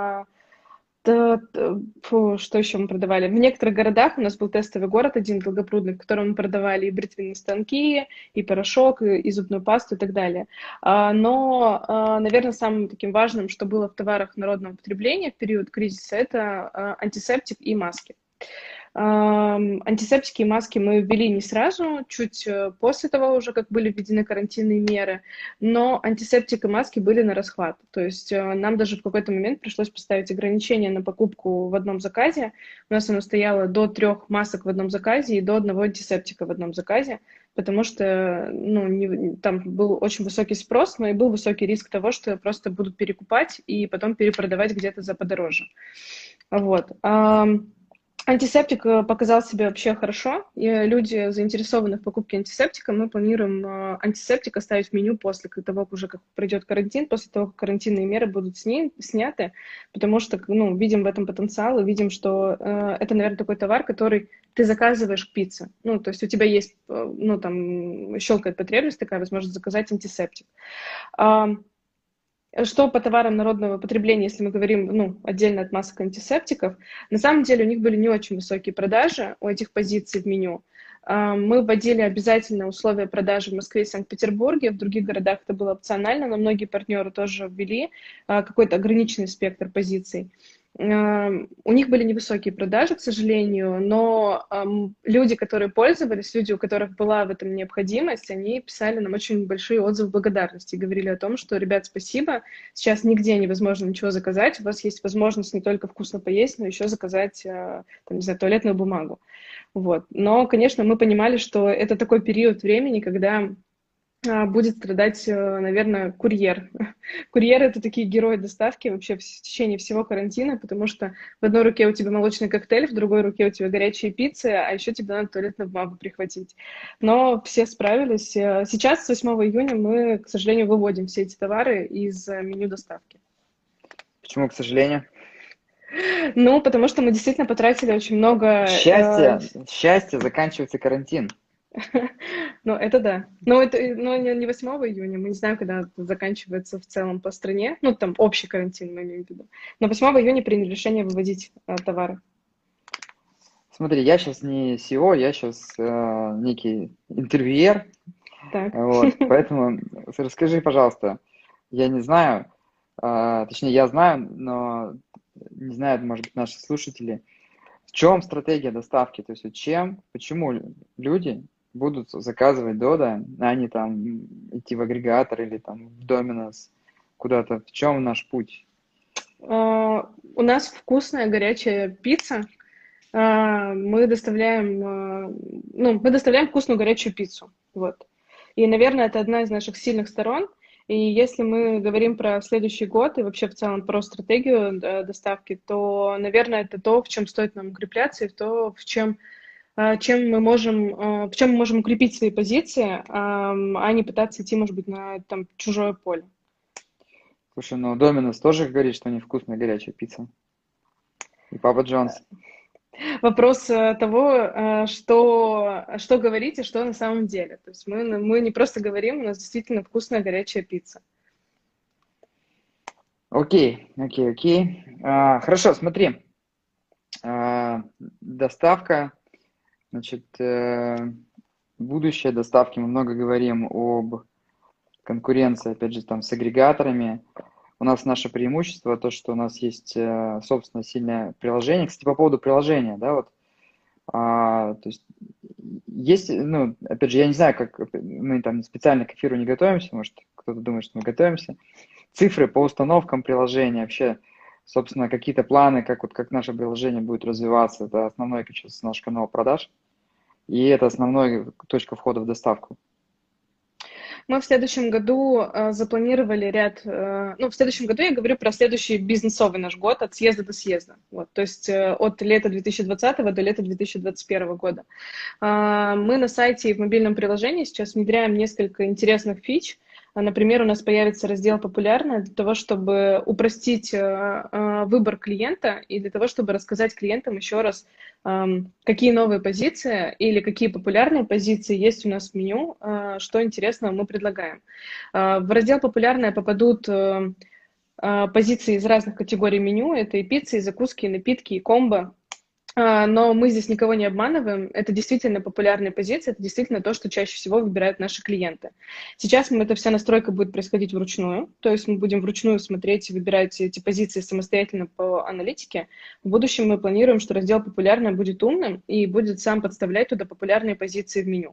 Speaker 2: что еще мы продавали? В некоторых городах у нас был тестовый город один, Долгопрудный, в котором мы продавали и бритвенные станки, и порошок, и зубную пасту, и так далее. Но, наверное, самым таким важным, что было в товарах народного потребления в период кризиса, это антисептик и маски. Антисептики и маски мы ввели не сразу, чуть после того уже, как были введены карантинные меры, но антисептик и маски были на расхват. То есть нам даже в какой-то момент пришлось поставить ограничение на покупку в одном заказе. У нас оно стояло до 3 масок в одном заказе и до одного антисептика в одном заказе, потому что ну, там был очень высокий спрос, но и был высокий риск того, что просто будут перекупать и потом перепродавать где-то за подороже. Вот. Антисептик показал себя вообще хорошо, и люди заинтересованы в покупке антисептика. Мы планируем антисептик оставить в меню после того, как уже как пройдет карантин, после того, как карантинные меры будут сняты, потому что ну, видим в этом потенциал и видим, что это, наверное, такой товар, который ты заказываешь к пицце. Ну, то есть у тебя есть, ну, там, щелкает потребность такая, возможность заказать антисептик. Что по товарам народного потребления, если мы говорим, ну, отдельно от масок антисептиков, на самом деле у них были не очень высокие продажи у этих позиций в меню. Мы вводили обязательно условия продажи в Москве и Санкт-Петербурге, в других городах это было опционально, но многие партнеры тоже ввели какой-то ограниченный спектр позиций. У них были невысокие продажи, к сожалению, но люди, которые пользовались, люди, у которых была в этом необходимость, они писали нам очень большие отзывы благодарности и говорили о том, что, ребят, спасибо, сейчас нигде невозможно ничего заказать, у вас есть возможность не только вкусно поесть, но еще заказать, там, не знаю, туалетную бумагу. Вот. Но, конечно, мы понимали, что это такой период времени, когда будет страдать, наверное, курьер. Курьеры — это такие герои доставки вообще в течение всего карантина, потому что в одной руке у тебя молочный коктейль, в другой руке у тебя горячие пиццы, а еще тебе надо туалетную бумагу прихватить. Но все справились. Сейчас, с 8 июня, мы, к сожалению, выводим все эти товары из меню доставки.
Speaker 1: почему, к сожалению?
Speaker 2: Ну, потому что мы действительно потратили очень много.
Speaker 1: Счастье, заканчивается карантин.
Speaker 2: Ну, это да. Но это не 8 июня, мы не знаем, когда это заканчивается в целом по стране. Ну, там общий карантин, мы имеем в виду. Но 8 июня приняли решение выводить товары.
Speaker 1: Смотри, я сейчас не SEO, я сейчас некий интервьюер,
Speaker 2: Так.
Speaker 1: вот, поэтому расскажи, пожалуйста, я не знаю, точнее, я знаю, но не знают, может быть, наши слушатели, в чем стратегия доставки, то есть вот почему люди будут заказывать Дода, а не там идти в агрегатор или там в Доминос куда-то, в чем наш путь?
Speaker 2: У нас вкусная горячая пицца. Мы доставляем вкусную горячую пиццу. Вот. И, наверное, это одна из наших сильных сторон. И если мы говорим про следующий год и вообще в целом про стратегию доставки, то, наверное, это то, в чем стоит нам укрепляться, и в чем мы можем укрепить свои позиции, а не пытаться идти, может быть, на там, чужое поле.
Speaker 1: Слушай, ну Доминос тоже говорит, что невкусная горячая пицца. И Папа Джонс.
Speaker 2: Вопрос того, что говорить и что на самом деле. То есть мы не просто говорим, у нас действительно вкусная горячая пицца.
Speaker 1: Окей. Хорошо, смотри. Доставка, значит, будущее доставки. Мы много говорим об конкуренции, опять же, там с агрегаторами. У нас наше преимущество, то, что у нас есть, собственно, сильное приложение. Кстати, по поводу приложения, да, вот, то есть, ну, опять же, я не знаю, как мы там специально к эфиру не готовимся, может, кто-то думает, что мы готовимся. Цифры по установкам приложения, вообще, собственно, какие-то планы, как наше приложение будет развиваться, это основной сейчас наш канал продаж, и это основная точка входа в доставку.
Speaker 2: Мы в следующем году запланировали ряд, ну, в следующем году я говорю про следующий бизнесовый наш год от съезда до съезда. Вот, то есть от лета 2020 до лета 2021 года. Мы на сайте и в мобильном приложении сейчас внедряем несколько интересных фич. Например, у нас появится раздел «Популярное» для того, чтобы упростить выбор клиента и для того, чтобы рассказать клиентам еще раз, какие новые позиции или какие популярные позиции есть у нас в меню, что интересного мы предлагаем. В раздел «Популярное» попадут позиции из разных категорий меню. Это и пиццы, и закуски, и напитки, и комбо. Но мы здесь никого не обманываем. Это действительно популярные позиции, это действительно то, что чаще всего выбирают наши клиенты. Сейчас эта вся настройка будет происходить вручную, то есть мы будем вручную смотреть и выбирать эти позиции самостоятельно по аналитике. В будущем мы планируем, что раздел «Популярное» будет умным и будет сам подставлять туда популярные позиции в меню.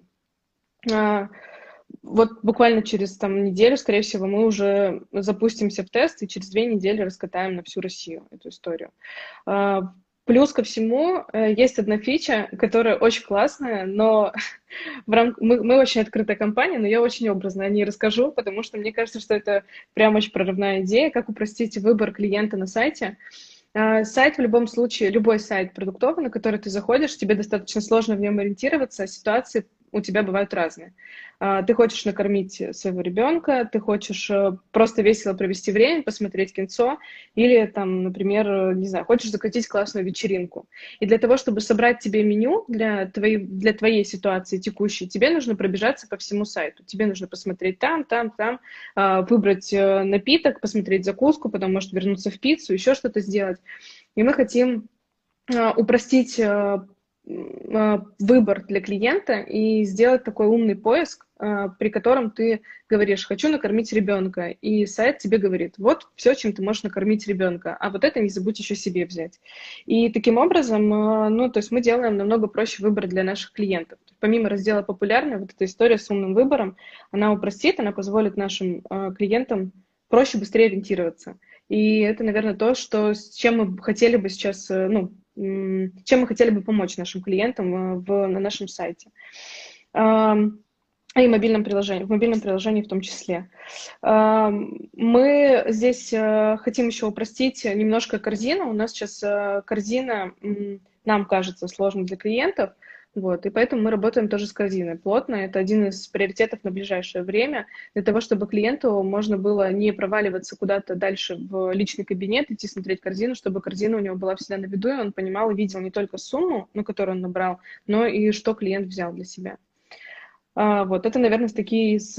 Speaker 2: Вот буквально через неделю, скорее всего, мы уже запустимся в тест и через 2 недели раскатаем на всю Россию эту историю. Плюс ко всему, есть одна фича, которая очень классная, но мы очень открытая компания, но я очень образно о ней расскажу, потому что мне кажется, что это прям очень прорывная идея, как упростить выбор клиента на сайте. Сайт в любом случае, любой сайт продуктовый, на который ты заходишь, тебе достаточно сложно в нем ориентироваться, а ситуации у тебя бывают разные. Ты хочешь накормить своего ребенка, ты хочешь просто весело провести время, посмотреть кинцо, или например, не знаю, хочешь закатить классную вечеринку. И для того, чтобы собрать тебе меню для твоей ситуации текущей, тебе нужно пробежаться по всему сайту. Тебе нужно посмотреть там, выбрать напиток, посмотреть закуску, потом, может, вернуться в пиццу, еще что-то сделать. И мы хотим упростить выбор для клиента и сделать такой умный поиск, при котором ты говоришь: хочу накормить ребенка, и сайт тебе говорит: вот все, чем ты можешь накормить ребенка, а вот это не забудь еще себе взять. И таким образом, то есть мы делаем намного проще выбор для наших клиентов. Помимо раздела «Популярное», вот эта история с умным выбором, она упростит, она позволит нашим клиентам проще, быстрее ориентироваться. И это, наверное, то, с чем мы хотели бы сейчас, чем мы хотели бы помочь нашим клиентам на нашем сайте. И в мобильном приложении в том числе. Мы здесь хотим еще упростить немножко корзину. У нас сейчас корзина, нам кажется, сложной для клиентов. Вот, и поэтому мы работаем тоже с корзиной плотно. Это один из приоритетов на ближайшее время, для того, чтобы клиенту можно было не проваливаться куда-то дальше в личный кабинет, идти смотреть корзину, чтобы корзина у него была всегда на виду, и он понимал и видел не только сумму, которую он набрал, но и что клиент взял для себя. Вот, это, наверное, такие из,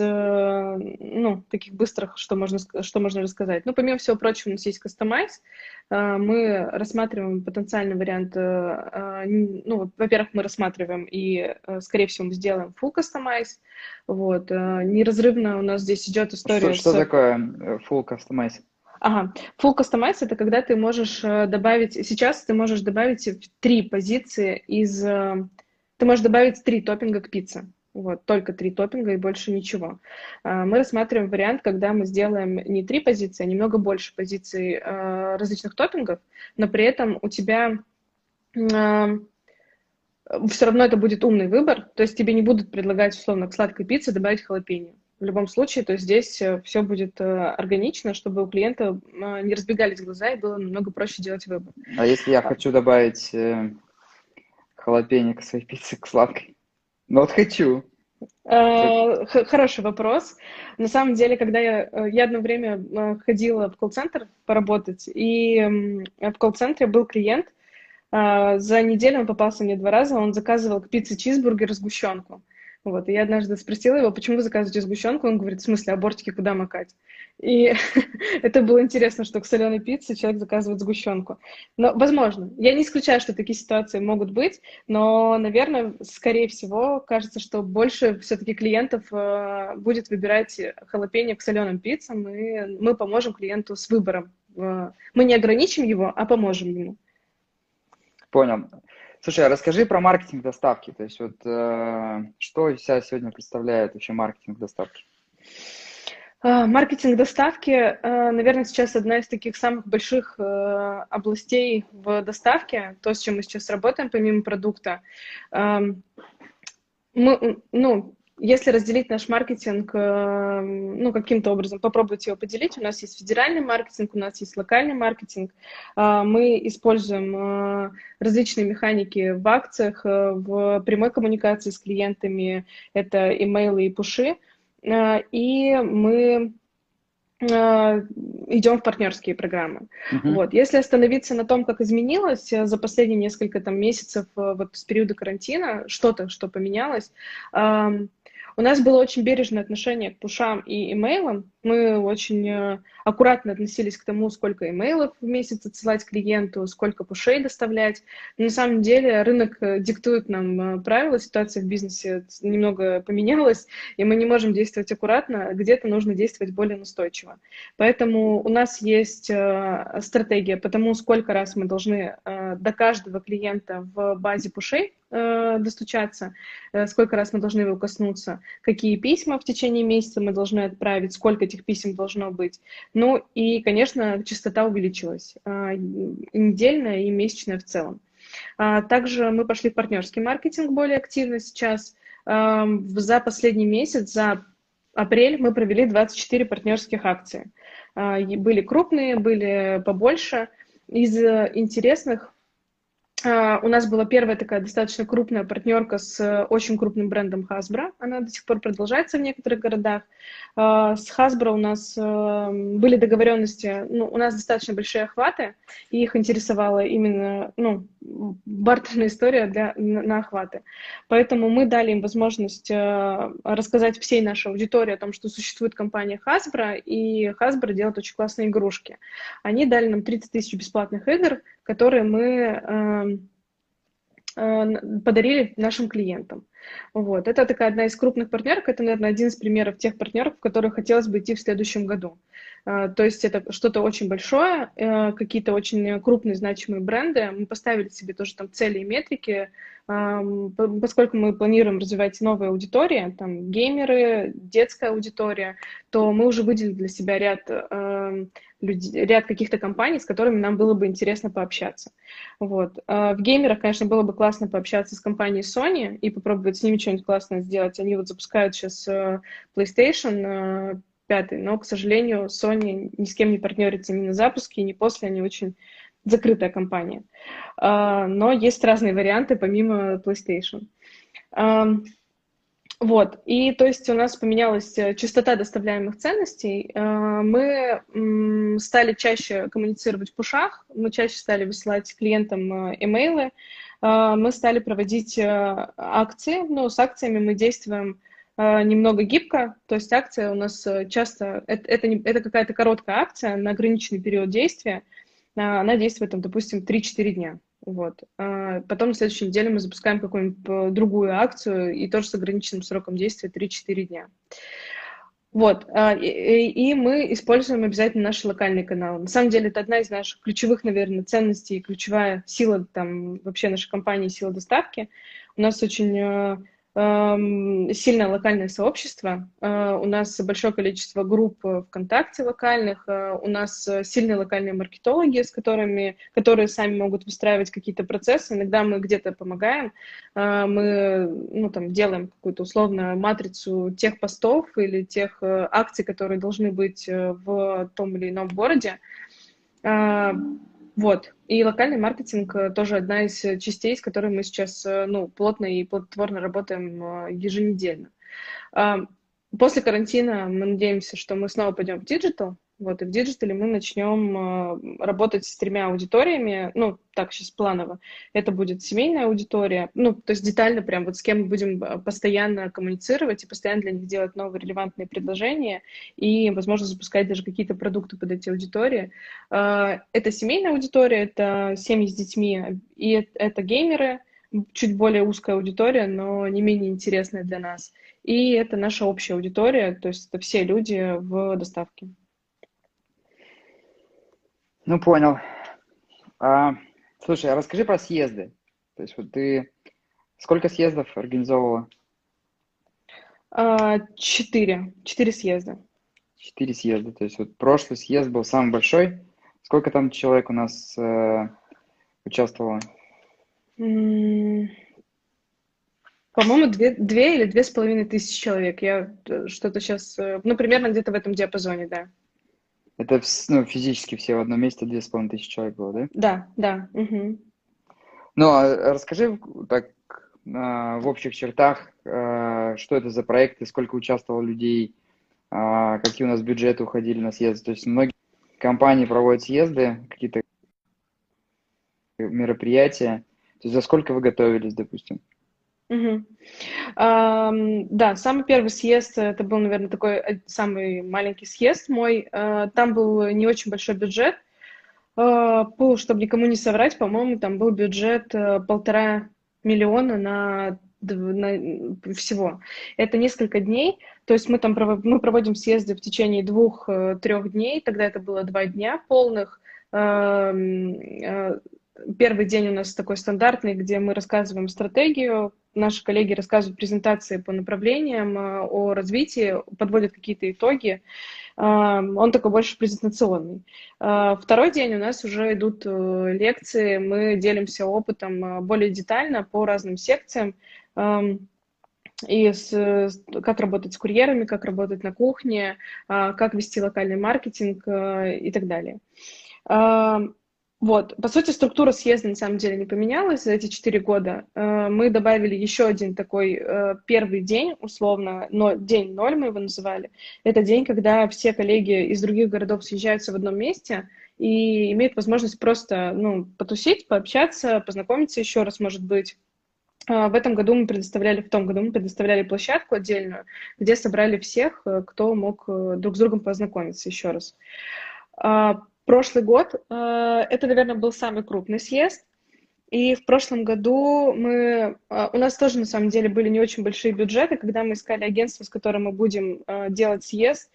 Speaker 2: таких быстрых, что можно рассказать. Ну, помимо всего прочего, у нас есть Customize. Мы рассматриваем потенциальный вариант, во-первых, мы рассматриваем и, скорее всего, мы сделаем Full Customize. Вот, неразрывно у нас здесь идет история
Speaker 1: Что такое Full Customize?
Speaker 2: Ага, Full Customize — это когда ты можешь сейчас ты можешь добавить 3 позиции ты можешь добавить 3 топпинга к пицце. Вот, только 3 топпинга и больше ничего. Мы рассматриваем вариант, когда мы сделаем не 3 позиции, а немного больше позиций различных топпингов, но при этом у тебя все равно это будет умный выбор, то есть тебе не будут предлагать, условно, к сладкой пицце добавить халапеньо. В любом случае, то есть здесь все будет органично, чтобы у клиента не разбегались глаза и было намного проще делать выбор.
Speaker 1: А если я хочу добавить халапеньо к своей пицце, к сладкой? Ну вот хочу.
Speaker 2: Хороший вопрос. На самом деле, когда я одно время ходила в колл-центр поработать, и в колл-центре был клиент, за неделю он попался мне 2 раза, он заказывал к пицце чизбургер сгущенку. Вот, и я однажды спросила его: почему вы заказываете сгущенку? Он говорит: в смысле, а бортики куда макать? И это было интересно, что к соленой пицце человек заказывает сгущенку. Но, возможно, я не исключаю, что такие ситуации могут быть, но, наверное, скорее всего, кажется, что больше все-таки клиентов будет выбирать халапеньо к соленым пиццам, и мы поможем клиенту с выбором. Мы не ограничим его, а поможем ему.
Speaker 1: Понял. Слушай, а расскажи про маркетинг доставки. То есть вот что из себя сегодня представляет вообще маркетинг доставки?
Speaker 2: Маркетинг доставки, наверное, сейчас одна из таких самых больших областей в доставке, то, с чем мы сейчас работаем помимо продукта. Если разделить наш маркетинг, ну, каким-то образом, попробовать его поделить, у нас есть федеральный маркетинг, у нас есть локальный маркетинг. Мы используем различные механики в акциях, в прямой коммуникации с клиентами, это имейлы и пуши, и мы идем в партнерские программы.
Speaker 1: Мгм.
Speaker 2: Вот. Если остановиться на том, как изменилось за последние несколько там, месяцев вот, с периода карантина, что-то, что поменялось, у нас было очень бережное отношение к пушам и имейлам. Мы очень аккуратно относились к тому, сколько имейлов в месяц отсылать клиенту, сколько пушей доставлять. Но на самом деле рынок диктует нам правила, ситуация в бизнесе немного поменялась, и мы не можем действовать аккуратно, где-то нужно действовать более настойчиво. Поэтому у нас есть стратегия по тому, сколько раз мы должны до каждого клиента в базе пушей достучаться, сколько раз мы должны его коснуться, какие письма в течение месяца мы должны отправить, сколько этих писем должно быть. Ну и, конечно, частота увеличилась, и недельная, и месячная в целом. Также мы пошли в партнерский маркетинг более активно сейчас. За последний месяц, за апрель, мы провели 24 партнерских акции. Были крупные, были побольше. Из интересных у нас была первая такая достаточно крупная партнерка с очень крупным брендом Hasbro. Она до сих пор продолжается в некоторых городах. С Hasbro у нас были договоренности, ну, у нас достаточно большие охваты, и их интересовала именно, ну, бартерная история на охваты. Поэтому мы дали им возможность рассказать всей нашей аудитории о том, что существует компания Hasbro, и Hasbro делает очень классные игрушки. Они дали нам 30 тысяч бесплатных игр, которые мы подарили нашим клиентам. Вот. Это такая одна из крупных партнерок. Это, наверное, один из примеров тех партнеров, в которые хотелось бы идти в следующем году. То есть это что-то очень большое, какие-то очень крупные значимые бренды. Мы поставили себе тоже там цели и метрики, поскольку мы планируем развивать новые аудитории, там геймеры, детская аудитория, то мы уже выделили для себя ряд каких-то компаний, с которыми нам было бы интересно пообщаться. Вот. В геймерах, конечно, было бы классно пообщаться с компанией Sony и попробовать с ними что-нибудь классное сделать. Они вот запускают сейчас PlayStation 5, но, к сожалению, Sony ни с кем не партнерится ни на запуске, ни после, они очень закрытая компания. Но есть разные варианты помимо PlayStation. Вот, и то есть у нас поменялась частота доставляемых ценностей, мы стали чаще коммуницировать в пушах, мы чаще стали высылать клиентам имейлы, мы стали проводить акции, но с акциями мы действуем немного гибко, то есть акция у нас часто, это какая-то короткая акция на ограниченный период действия, она действует, там, допустим, 3-4 дня. Вот. Потом на следующей неделе мы запускаем какую-нибудь другую акцию, и тоже с ограниченным сроком действия 3-4 дня. Вот. И мы используем обязательно наши локальные каналы. На самом деле это одна из наших ключевых, наверное, ценностей, ключевая сила там, вообще нашей компании, сила доставки. У нас очень сильное локальное сообщество, у нас большое количество групп ВКонтакте локальных, у нас сильные локальные маркетологи, которые сами могут выстраивать какие-то процессы, иногда мы где-то помогаем, мы там, делаем какую-то условно матрицу тех постов или тех акций, которые должны быть в том или ином городе. Вот. И локальный маркетинг тоже одна из частей, с которой мы сейчас плотно и плодотворно работаем еженедельно. После карантина мы надеемся, что мы снова пойдем в диджитал. Вот, и в диджитале мы начнем работать с 3 аудиториями, так, сейчас планово. Это будет семейная аудитория, то есть детально прям вот с кем мы будем постоянно коммуницировать и постоянно для них делать новые релевантные предложения и, возможно, запускать даже какие-то продукты под эти аудитории. Это семейная аудитория, это семьи с детьми, и это геймеры, чуть более узкая аудитория, но не менее интересная для нас. И это наша общая аудитория, то есть это все люди в доставке.
Speaker 1: Ну, понял. Слушай, а расскажи про съезды. То есть вот ты сколько съездов организовывала?
Speaker 2: 4 съезда.
Speaker 1: 4 съезда. То есть вот прошлый съезд был самый большой. Сколько там человек у нас участвовало?
Speaker 2: По-моему, две или 2500 человек. Я что-то сейчас, ну, примерно где-то в этом диапазоне, да.
Speaker 1: Это ну, физически все в одном месте 2500 человек было, да?
Speaker 2: Да, да. Мгм.
Speaker 1: Ну, а расскажи так в общих чертах, что это за проекты, сколько участвовало людей, какие у нас бюджеты уходили на съезды. То есть многие компании проводят съезды, какие-то мероприятия. То есть за сколько вы готовились, допустим?
Speaker 2: Мгм. Да, самый первый съезд, это был, наверное, такой самый маленький съезд мой. Там был не очень большой бюджет. Чтобы никому не соврать, по-моему, там был бюджет 1,5 миллиона всего. Это несколько дней, то есть мы проводим съезды в течение 2-3 дней, тогда это было 2 дня полных. Эм, э, Первый день у нас такой стандартный, где мы рассказываем стратегию, наши коллеги рассказывают презентации по направлениям, о развитии, подводят какие-то итоги. Он такой больше презентационный. Второй день у нас уже идут лекции, мы делимся опытом более детально по разным секциям, как работать с курьерами, как работать на кухне, как вести локальный маркетинг и так далее. Вот, по сути, структура съезда на самом деле не поменялась за эти 4 года. Мы добавили еще один такой первый день, условно, но день ноль мы его называли. Это день, когда все коллеги из других городов съезжаются в одном месте и имеют возможность просто, ну, потусить, пообщаться, познакомиться еще раз, может быть. В том году мы предоставляли площадку отдельную, где собрали всех, кто мог друг с другом познакомиться еще раз. Прошлый год, это, наверное, был самый крупный съезд, и в прошлом году у нас тоже, на самом деле, были не очень большие бюджеты, когда мы искали агентство, с которым мы будем делать съезд.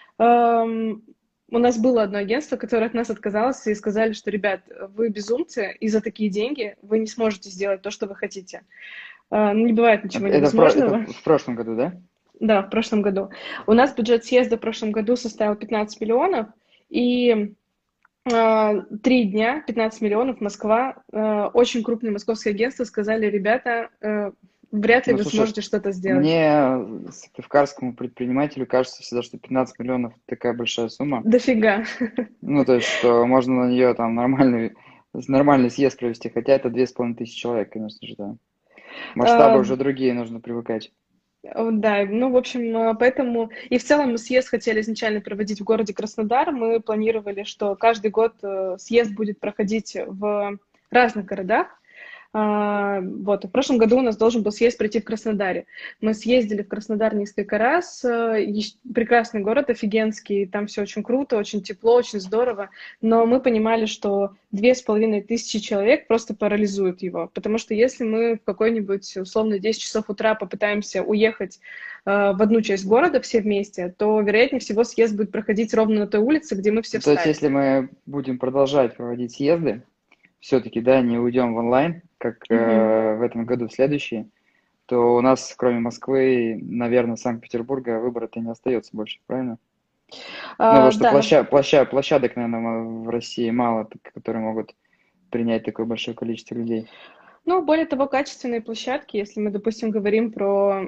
Speaker 2: У нас было одно агентство, которое от нас отказалось, и сказали, что, ребят, вы безумцы, и за такие деньги вы не сможете сделать то, что вы хотите. Ну, не бывает ничего
Speaker 1: Это
Speaker 2: невозможного.
Speaker 1: в прошлом году, да?
Speaker 2: Да, в прошлом году. У нас бюджет съезда в прошлом году составил 15 миллионов, и 3 дня, 15 миллионов, Москва, очень крупные московские агентства сказали, ребята, вряд ли
Speaker 1: Ну,
Speaker 2: вы
Speaker 1: слушай,
Speaker 2: сможете что-то сделать.
Speaker 1: мне, сыктывкарскому предпринимателю, кажется всегда, что 15 миллионов такая большая сумма.
Speaker 2: Дофига.
Speaker 1: Ну, то есть, что можно на нее там нормальный съезд провести, хотя это 2500 человек, конечно же, да. Масштабы уже другие, нужно привыкать.
Speaker 2: Да, ну, в общем, поэтому... И в целом мы съезд хотели изначально проводить в городе Краснодар. Мы планировали, что каждый год съезд будет проходить в разных городах. Вот, в прошлом году у нас должен был съезд пройти в Краснодаре. Мы съездили в Краснодар несколько раз. Прекрасный город, офигенский. Там все очень круто, очень тепло, очень здорово. Но мы понимали, что 2500 человек просто парализуют его. Потому что если мы в какой-нибудь, условно, 10 часов утра попытаемся уехать в одну часть города все вместе, то, вероятнее всего, съезд будет проходить ровно на той улице, где мы все
Speaker 1: Ну, то есть,
Speaker 2: встали.
Speaker 1: если мы будем продолжать проводить съезды, все-таки, да, не уйдем в онлайн, как
Speaker 2: Мгм.
Speaker 1: в этом году, в следующий, то у нас, кроме Москвы, наверное, Санкт-Петербурга, выбора-то не остается больше, правильно? Ну, потому что
Speaker 2: Да,
Speaker 1: площадок, наверное, в России мало, которые могут принять такое большое количество людей.
Speaker 2: ну, более того, качественные площадки, если мы, допустим, говорим про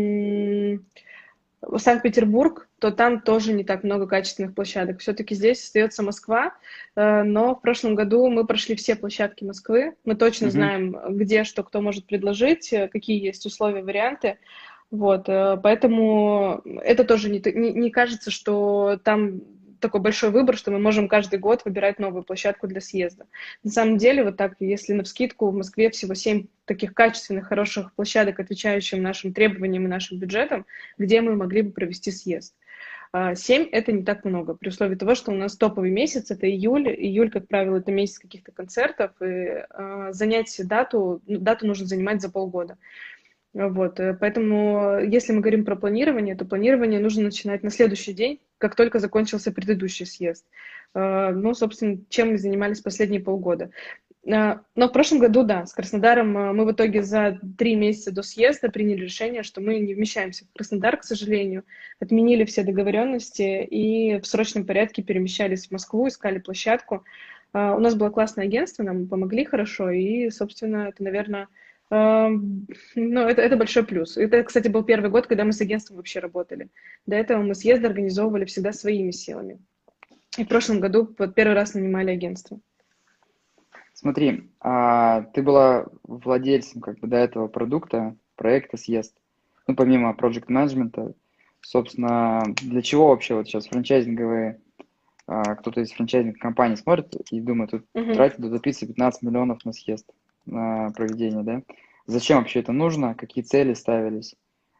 Speaker 2: Санкт-Петербург, то там тоже не так много качественных площадок. Все-таки здесь остается Москва, но в прошлом году мы прошли все площадки Москвы. Мы точно
Speaker 1: Мгм.
Speaker 2: знаем, где что кто может предложить, какие есть условия, варианты. Вот, поэтому это тоже не кажется, что там такой большой выбор, что мы можем каждый год выбирать новую площадку для съезда. На самом деле, вот так, если навскидку, в Москве всего 7 таких качественных, хороших площадок, отвечающих нашим требованиям и нашим бюджетам, где мы могли бы провести съезд. 7 это не так много, при условии того, что у нас топовый месяц, это июль. Июль, как правило, это месяц каких-то концертов, и занять дату нужно занимать за полгода. Вот, поэтому, если мы говорим про планирование, то планирование нужно начинать на следующий день, как только закончился предыдущий съезд. Ну, собственно, чем мы занимались последние полгода. Но в прошлом году, да, с Краснодаром мы в итоге за 3 месяца до съезда приняли решение, что мы не вмещаемся в Краснодар, к сожалению, отменили все договоренности и в срочном порядке перемещались в Москву, искали площадку. У нас было классное агентство, нам помогли хорошо, и, собственно, это, наверное, Ну, это большой плюс. Это, кстати, был первый год, когда мы с агентством вообще работали. До этого мы съезды организовывали всегда своими силами. И в прошлом году вот первый раз нанимали агентство.
Speaker 1: Смотри, ты была владельцем как бы до этого продукта, проекта съезд. Ну, помимо проект менеджмента, собственно, для чего вообще вот сейчас франчайзинговые, кто-то из франчайзинговых компаний смотрит и думает, тут
Speaker 2: Мгм.
Speaker 1: тратить до записи 15 миллионов на съезд, на проведение, да? Зачем вообще это нужно? Какие цели ставились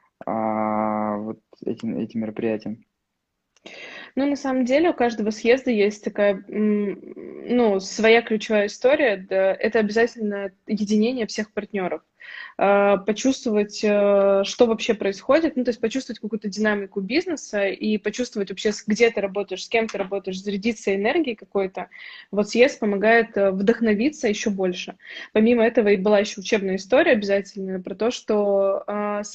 Speaker 1: вот этим мероприятием?
Speaker 2: Ну, на самом деле, у каждого съезда есть такая, ну, своя ключевая история. Да, это обязательно единение всех партнеров. Почувствовать, что вообще происходит, ну, то есть почувствовать какую-то динамику бизнеса и почувствовать вообще, где ты работаешь, с кем ты работаешь, зарядиться энергией какой-то. Вот съезд помогает вдохновиться еще больше. Помимо этого и была еще учебная история обязательная про то, что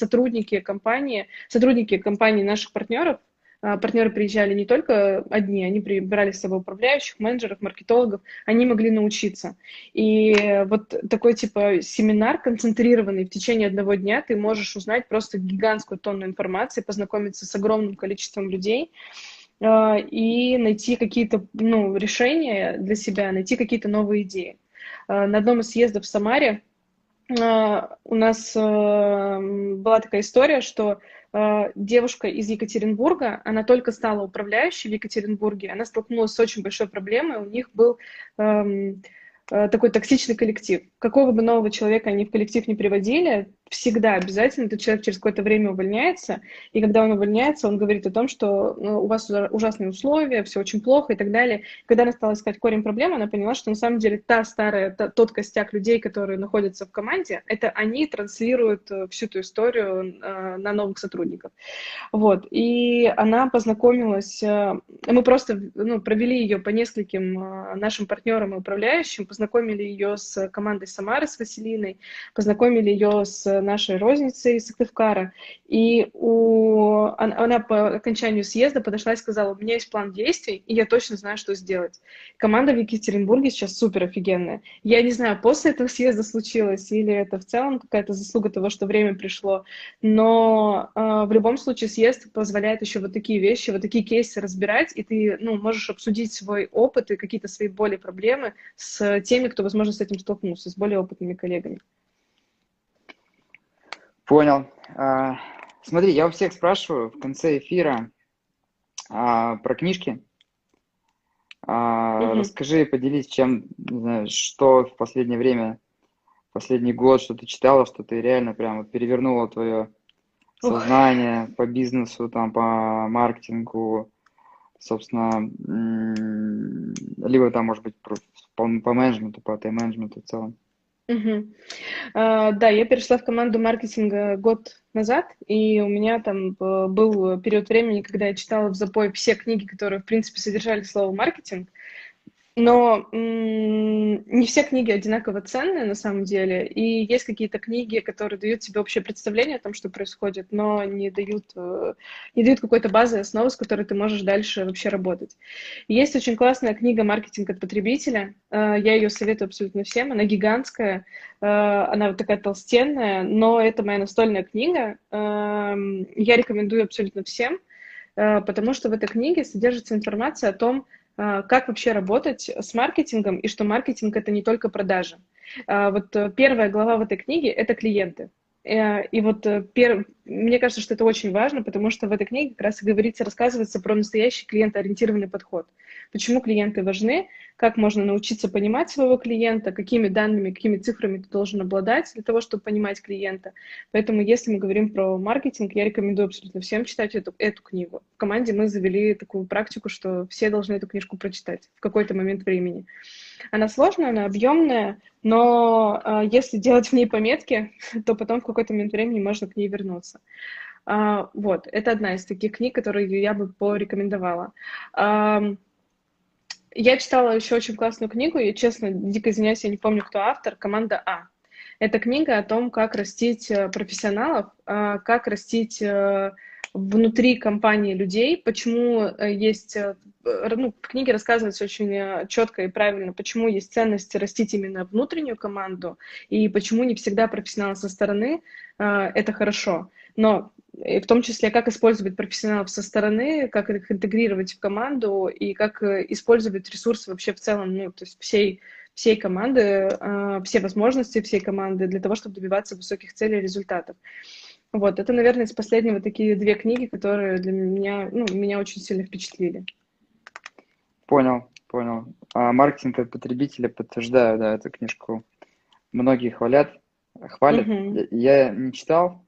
Speaker 2: сотрудники компании наших партнеров, партнеры приезжали не только одни, они брали с собой управляющих, менеджеров, маркетологов, они могли научиться. И вот такой типа семинар концентрированный в течение одного дня, ты можешь узнать просто гигантскую тонну информации, познакомиться с огромным количеством людей и найти какие-то, ну, решения для себя, найти какие-то новые идеи. На одном из съездов в Самаре у нас была такая история, что девушка из Екатеринбурга, она только стала управляющей в Екатеринбурге, она столкнулась с очень большой проблемой, у них был такой токсичный коллектив. Какого бы нового человека они в коллектив не приводили, всегда обязательно этот человек через какое-то время увольняется, и когда он увольняется, он говорит о том, что ну, у вас ужасные условия, все очень плохо и так далее. Когда она стала искать корень проблемы, она поняла, что на самом деле тот костяк людей, которые находятся в команде, это они транслируют всю эту историю на новых сотрудников. Вот, и она познакомилась, мы просто, ну, провели ее по нескольким нашим партнерам и управляющим, познакомили ее с командой Самары, с Василиной, познакомили ее с нашей розницей из Сыктывкара, и она по окончанию съезда подошла и сказала: у меня есть план действий, и я точно знаю, что сделать. Команда в Екатеринбурге сейчас супер офигенная. Я не знаю, после этого съезда случилось, или это в целом какая-то заслуга того, что время пришло, но в любом случае съезд позволяет еще вот такие вещи, вот такие кейсы разбирать, и ты, ну, можешь обсудить свой опыт и какие-то свои боли, проблемы с теми, кто, возможно, с этим столкнулся, с более опытными коллегами.
Speaker 1: Понял. Смотри, я у всех спрашиваю в конце эфира про книжки.
Speaker 2: Мгм.
Speaker 1: Расскажи, поделись, чем, не знаю, что в последнее время, последний год, что ты читала, что ты реально прям вот перевернула твое
Speaker 2: Ох.
Speaker 1: сознание по бизнесу, там, по маркетингу, собственно, либо там, может быть, по менеджменту, по тайм-менеджменту в целом.
Speaker 2: Мгм. Да, я перешла в команду маркетинга год назад, и у меня там был период времени, когда я читала в запой все книги, которые, в принципе, содержали слово маркетинг. Но не все книги одинаково ценные на самом деле, и есть какие-то книги, которые дают тебе общее представление о том, что происходит, но не дают какой-то базы, основы, с которой ты можешь дальше вообще работать. Есть очень классная книга «Маркетинг от потребителя». Я ее советую абсолютно всем. Она гигантская, она вот такая толстенная, но это моя настольная книга. Я рекомендую абсолютно всем, потому что в этой книге содержится информация о том, как вообще работать с маркетингом, и что маркетинг — это не только продажи. Вот первая глава в этой книге — это клиенты. И вот мне кажется, что это очень важно, потому что в этой книге как раз и говорится, рассказывается про настоящий клиентоориентированный подход. Почему клиенты важны, как можно научиться понимать своего клиента, какими данными, какими цифрами ты должен обладать для того, чтобы понимать клиента. Поэтому, если мы говорим про маркетинг, я рекомендую абсолютно всем читать эту книгу. В команде мы завели такую практику, что все должны эту книжку прочитать в какой-то момент времени. Она сложная, она объемная, но если делать в ней пометки, то потом в какой-то момент времени можно к ней вернуться. Вот, это одна из таких книг, которые я бы порекомендовала. Я читала еще очень классную книгу, и, честно, дико извиняюсь, я не помню, кто автор, «Команда А». Это книга о том, как растить профессионалов, как растить внутри компании людей, почему есть, ну, в книге рассказывается очень четко и правильно, почему есть ценность растить именно внутреннюю команду, и почему не всегда профессионал со стороны это хорошо. Но в том числе, как использовать профессионалов со стороны, как их интегрировать в команду и как использовать ресурсы вообще в целом, ну, то есть всей команды, все возможности всей команды для того, чтобы добиваться высоких целей и результатов. Вот, это, наверное, из последнего такие две книги, которые для меня, ну, меня очень сильно впечатлили.
Speaker 1: Понял, понял. Маркетинг от потребителя, подтверждаю, да, эту книжку многие хвалят.
Speaker 2: Мгм.
Speaker 1: Я не читал,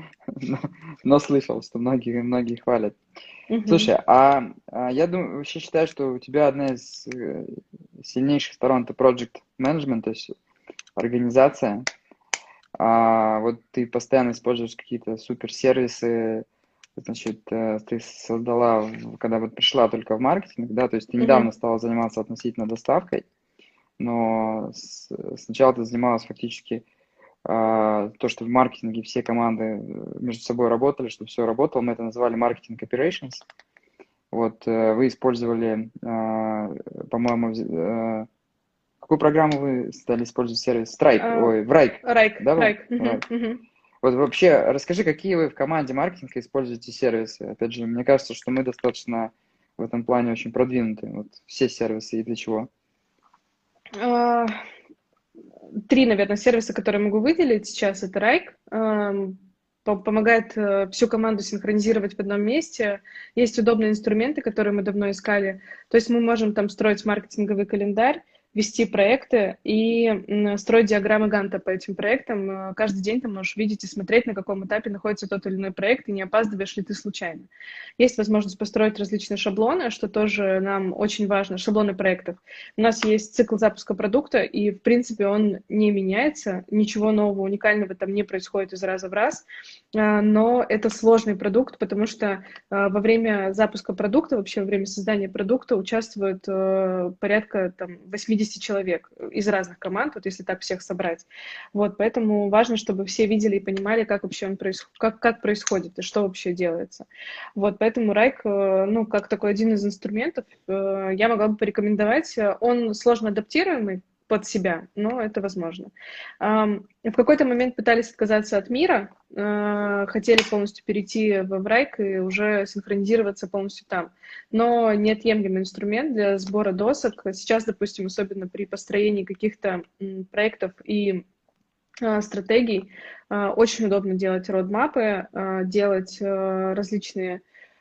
Speaker 1: но слышал, что многие хвалят.
Speaker 2: Мгм.
Speaker 1: Слушай, я думаю, вообще считаю, что у тебя одна из сильнейших сторон это project management, то есть организация. Вот ты постоянно используешь какие-то суперсервисы, значит, ты создала, когда вот пришла только в маркетинг, да, то есть ты недавно
Speaker 2: Мгм.
Speaker 1: стала заниматься относительно доставкой, но сначала ты занималась фактически то, что в маркетинге все команды между собой работали, чтобы все работало, мы это называли маркетинг operations. Вот, вы использовали, по-моему, какую программу вы стали использовать сервис? Stripe,
Speaker 2: А,
Speaker 1: ой, Wrike, да, был?
Speaker 2: Райк. Мгм.
Speaker 1: Wrike.
Speaker 2: Мгм.
Speaker 1: Вот вообще, расскажи, какие вы в команде маркетинга используете сервисы? Опять же, мне кажется, что мы достаточно в этом плане очень продвинуты. Вот все сервисы и для чего?
Speaker 2: А, Три, наверное, сервиса, которые могу выделить сейчас, это Райк. Помогает всю команду синхронизировать в одном месте. Есть удобные инструменты, которые мы давно искали. То есть мы можем там строить маркетинговый календарь, вести проекты и строить диаграммы Ганта по этим проектам. Каждый день ты можешь видеть и смотреть, на каком этапе находится тот или иной проект, и не опаздываешь ли ты случайно. Есть возможность построить различные шаблоны, что тоже нам очень важно, шаблоны проектов. У нас есть цикл запуска продукта, и, в принципе, он не меняется, ничего нового, уникального там не происходит из раза в раз, но это сложный продукт, потому что во время запуска продукта, вообще во время создания продукта участвуют порядка там 80 человек из разных команд, вот если так всех собрать. Вот, поэтому важно, чтобы все видели и понимали, как вообще он как происходит и что вообще делается. Вот, поэтому Райк, ну, как такой один из инструментов, я могла бы порекомендовать. Он сложно адаптируемый под себя, но это возможно. В какой-то момент пытались отказаться от мира, хотели полностью перейти в Райк и уже синхронизироваться полностью там. Но неотъемлемый инструмент для сбора досок. Сейчас, допустим, особенно при построении каких-то проектов и стратегий, очень удобно делать родмапы, делать различные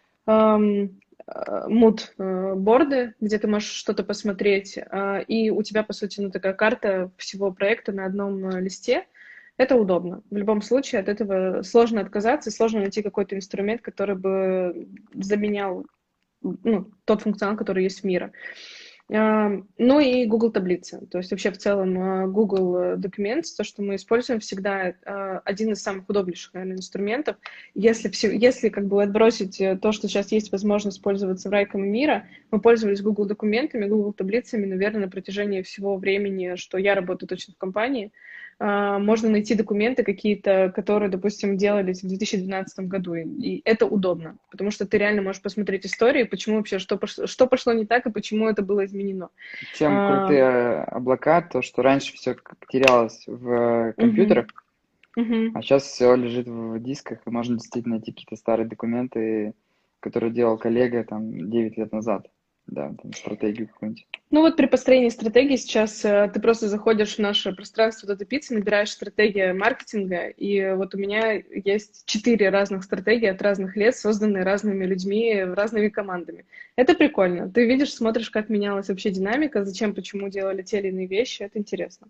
Speaker 2: муд-борды, где ты можешь что-то посмотреть, и у тебя, по сути, ну, такая карта всего проекта на одном листе. Это удобно. В любом случае от этого сложно отказаться, сложно найти какой-то инструмент, который бы заменял, ну, тот функционал, который есть в мире. Ну и Google таблицы. То есть вообще в целом Google Documents, то, что мы используем всегда, один из самых удобнейших, наверное, инструментов. Если как бы отбросить то, что сейчас есть возможность пользоваться в Райком мира, мы пользовались Google документами, Google таблицами, наверное, на протяжении всего времени, что я работаю точно в компании. Можно найти документы какие-то, которые, допустим, делались в 2012 году, и это удобно, потому что ты реально можешь посмотреть истории, почему вообще, что пошло не так и почему это было изменено.
Speaker 1: Чем
Speaker 2: А,
Speaker 1: крутые облака, то, что раньше все терялось в
Speaker 2: мгм,
Speaker 1: компьютерах,
Speaker 2: мгм.
Speaker 1: а сейчас все лежит в дисках, и можно действительно найти какие-то старые документы, которые делал коллега там 9 лет назад. Да, там стратегию какую-нибудь.
Speaker 2: Ну вот при построении стратегии сейчас ты просто заходишь в наше пространство Дата Пиццы, набираешь стратегия маркетинга, и вот у меня есть 4 разных стратегии от разных лет, созданные разными людьми, разными командами. Это прикольно. Ты видишь, смотришь, как менялась вообще динамика, зачем, почему делали те или иные вещи, это интересно.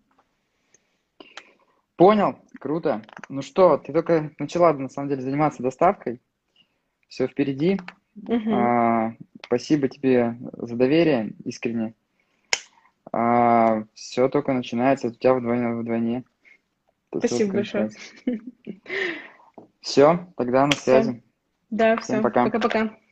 Speaker 1: Понял, круто. Ну что, ты только начала на самом деле заниматься доставкой, все впереди.
Speaker 2: Мгм.
Speaker 1: А, Спасибо тебе за доверие искренне. Все только начинается, у тебя вдвойне, все
Speaker 2: Спасибо
Speaker 1: только
Speaker 2: большое.
Speaker 1: начинается. Все, тогда на
Speaker 2: Все.
Speaker 1: связи.
Speaker 2: Да,
Speaker 1: Всем
Speaker 2: все.
Speaker 1: пока.
Speaker 2: Пока-пока.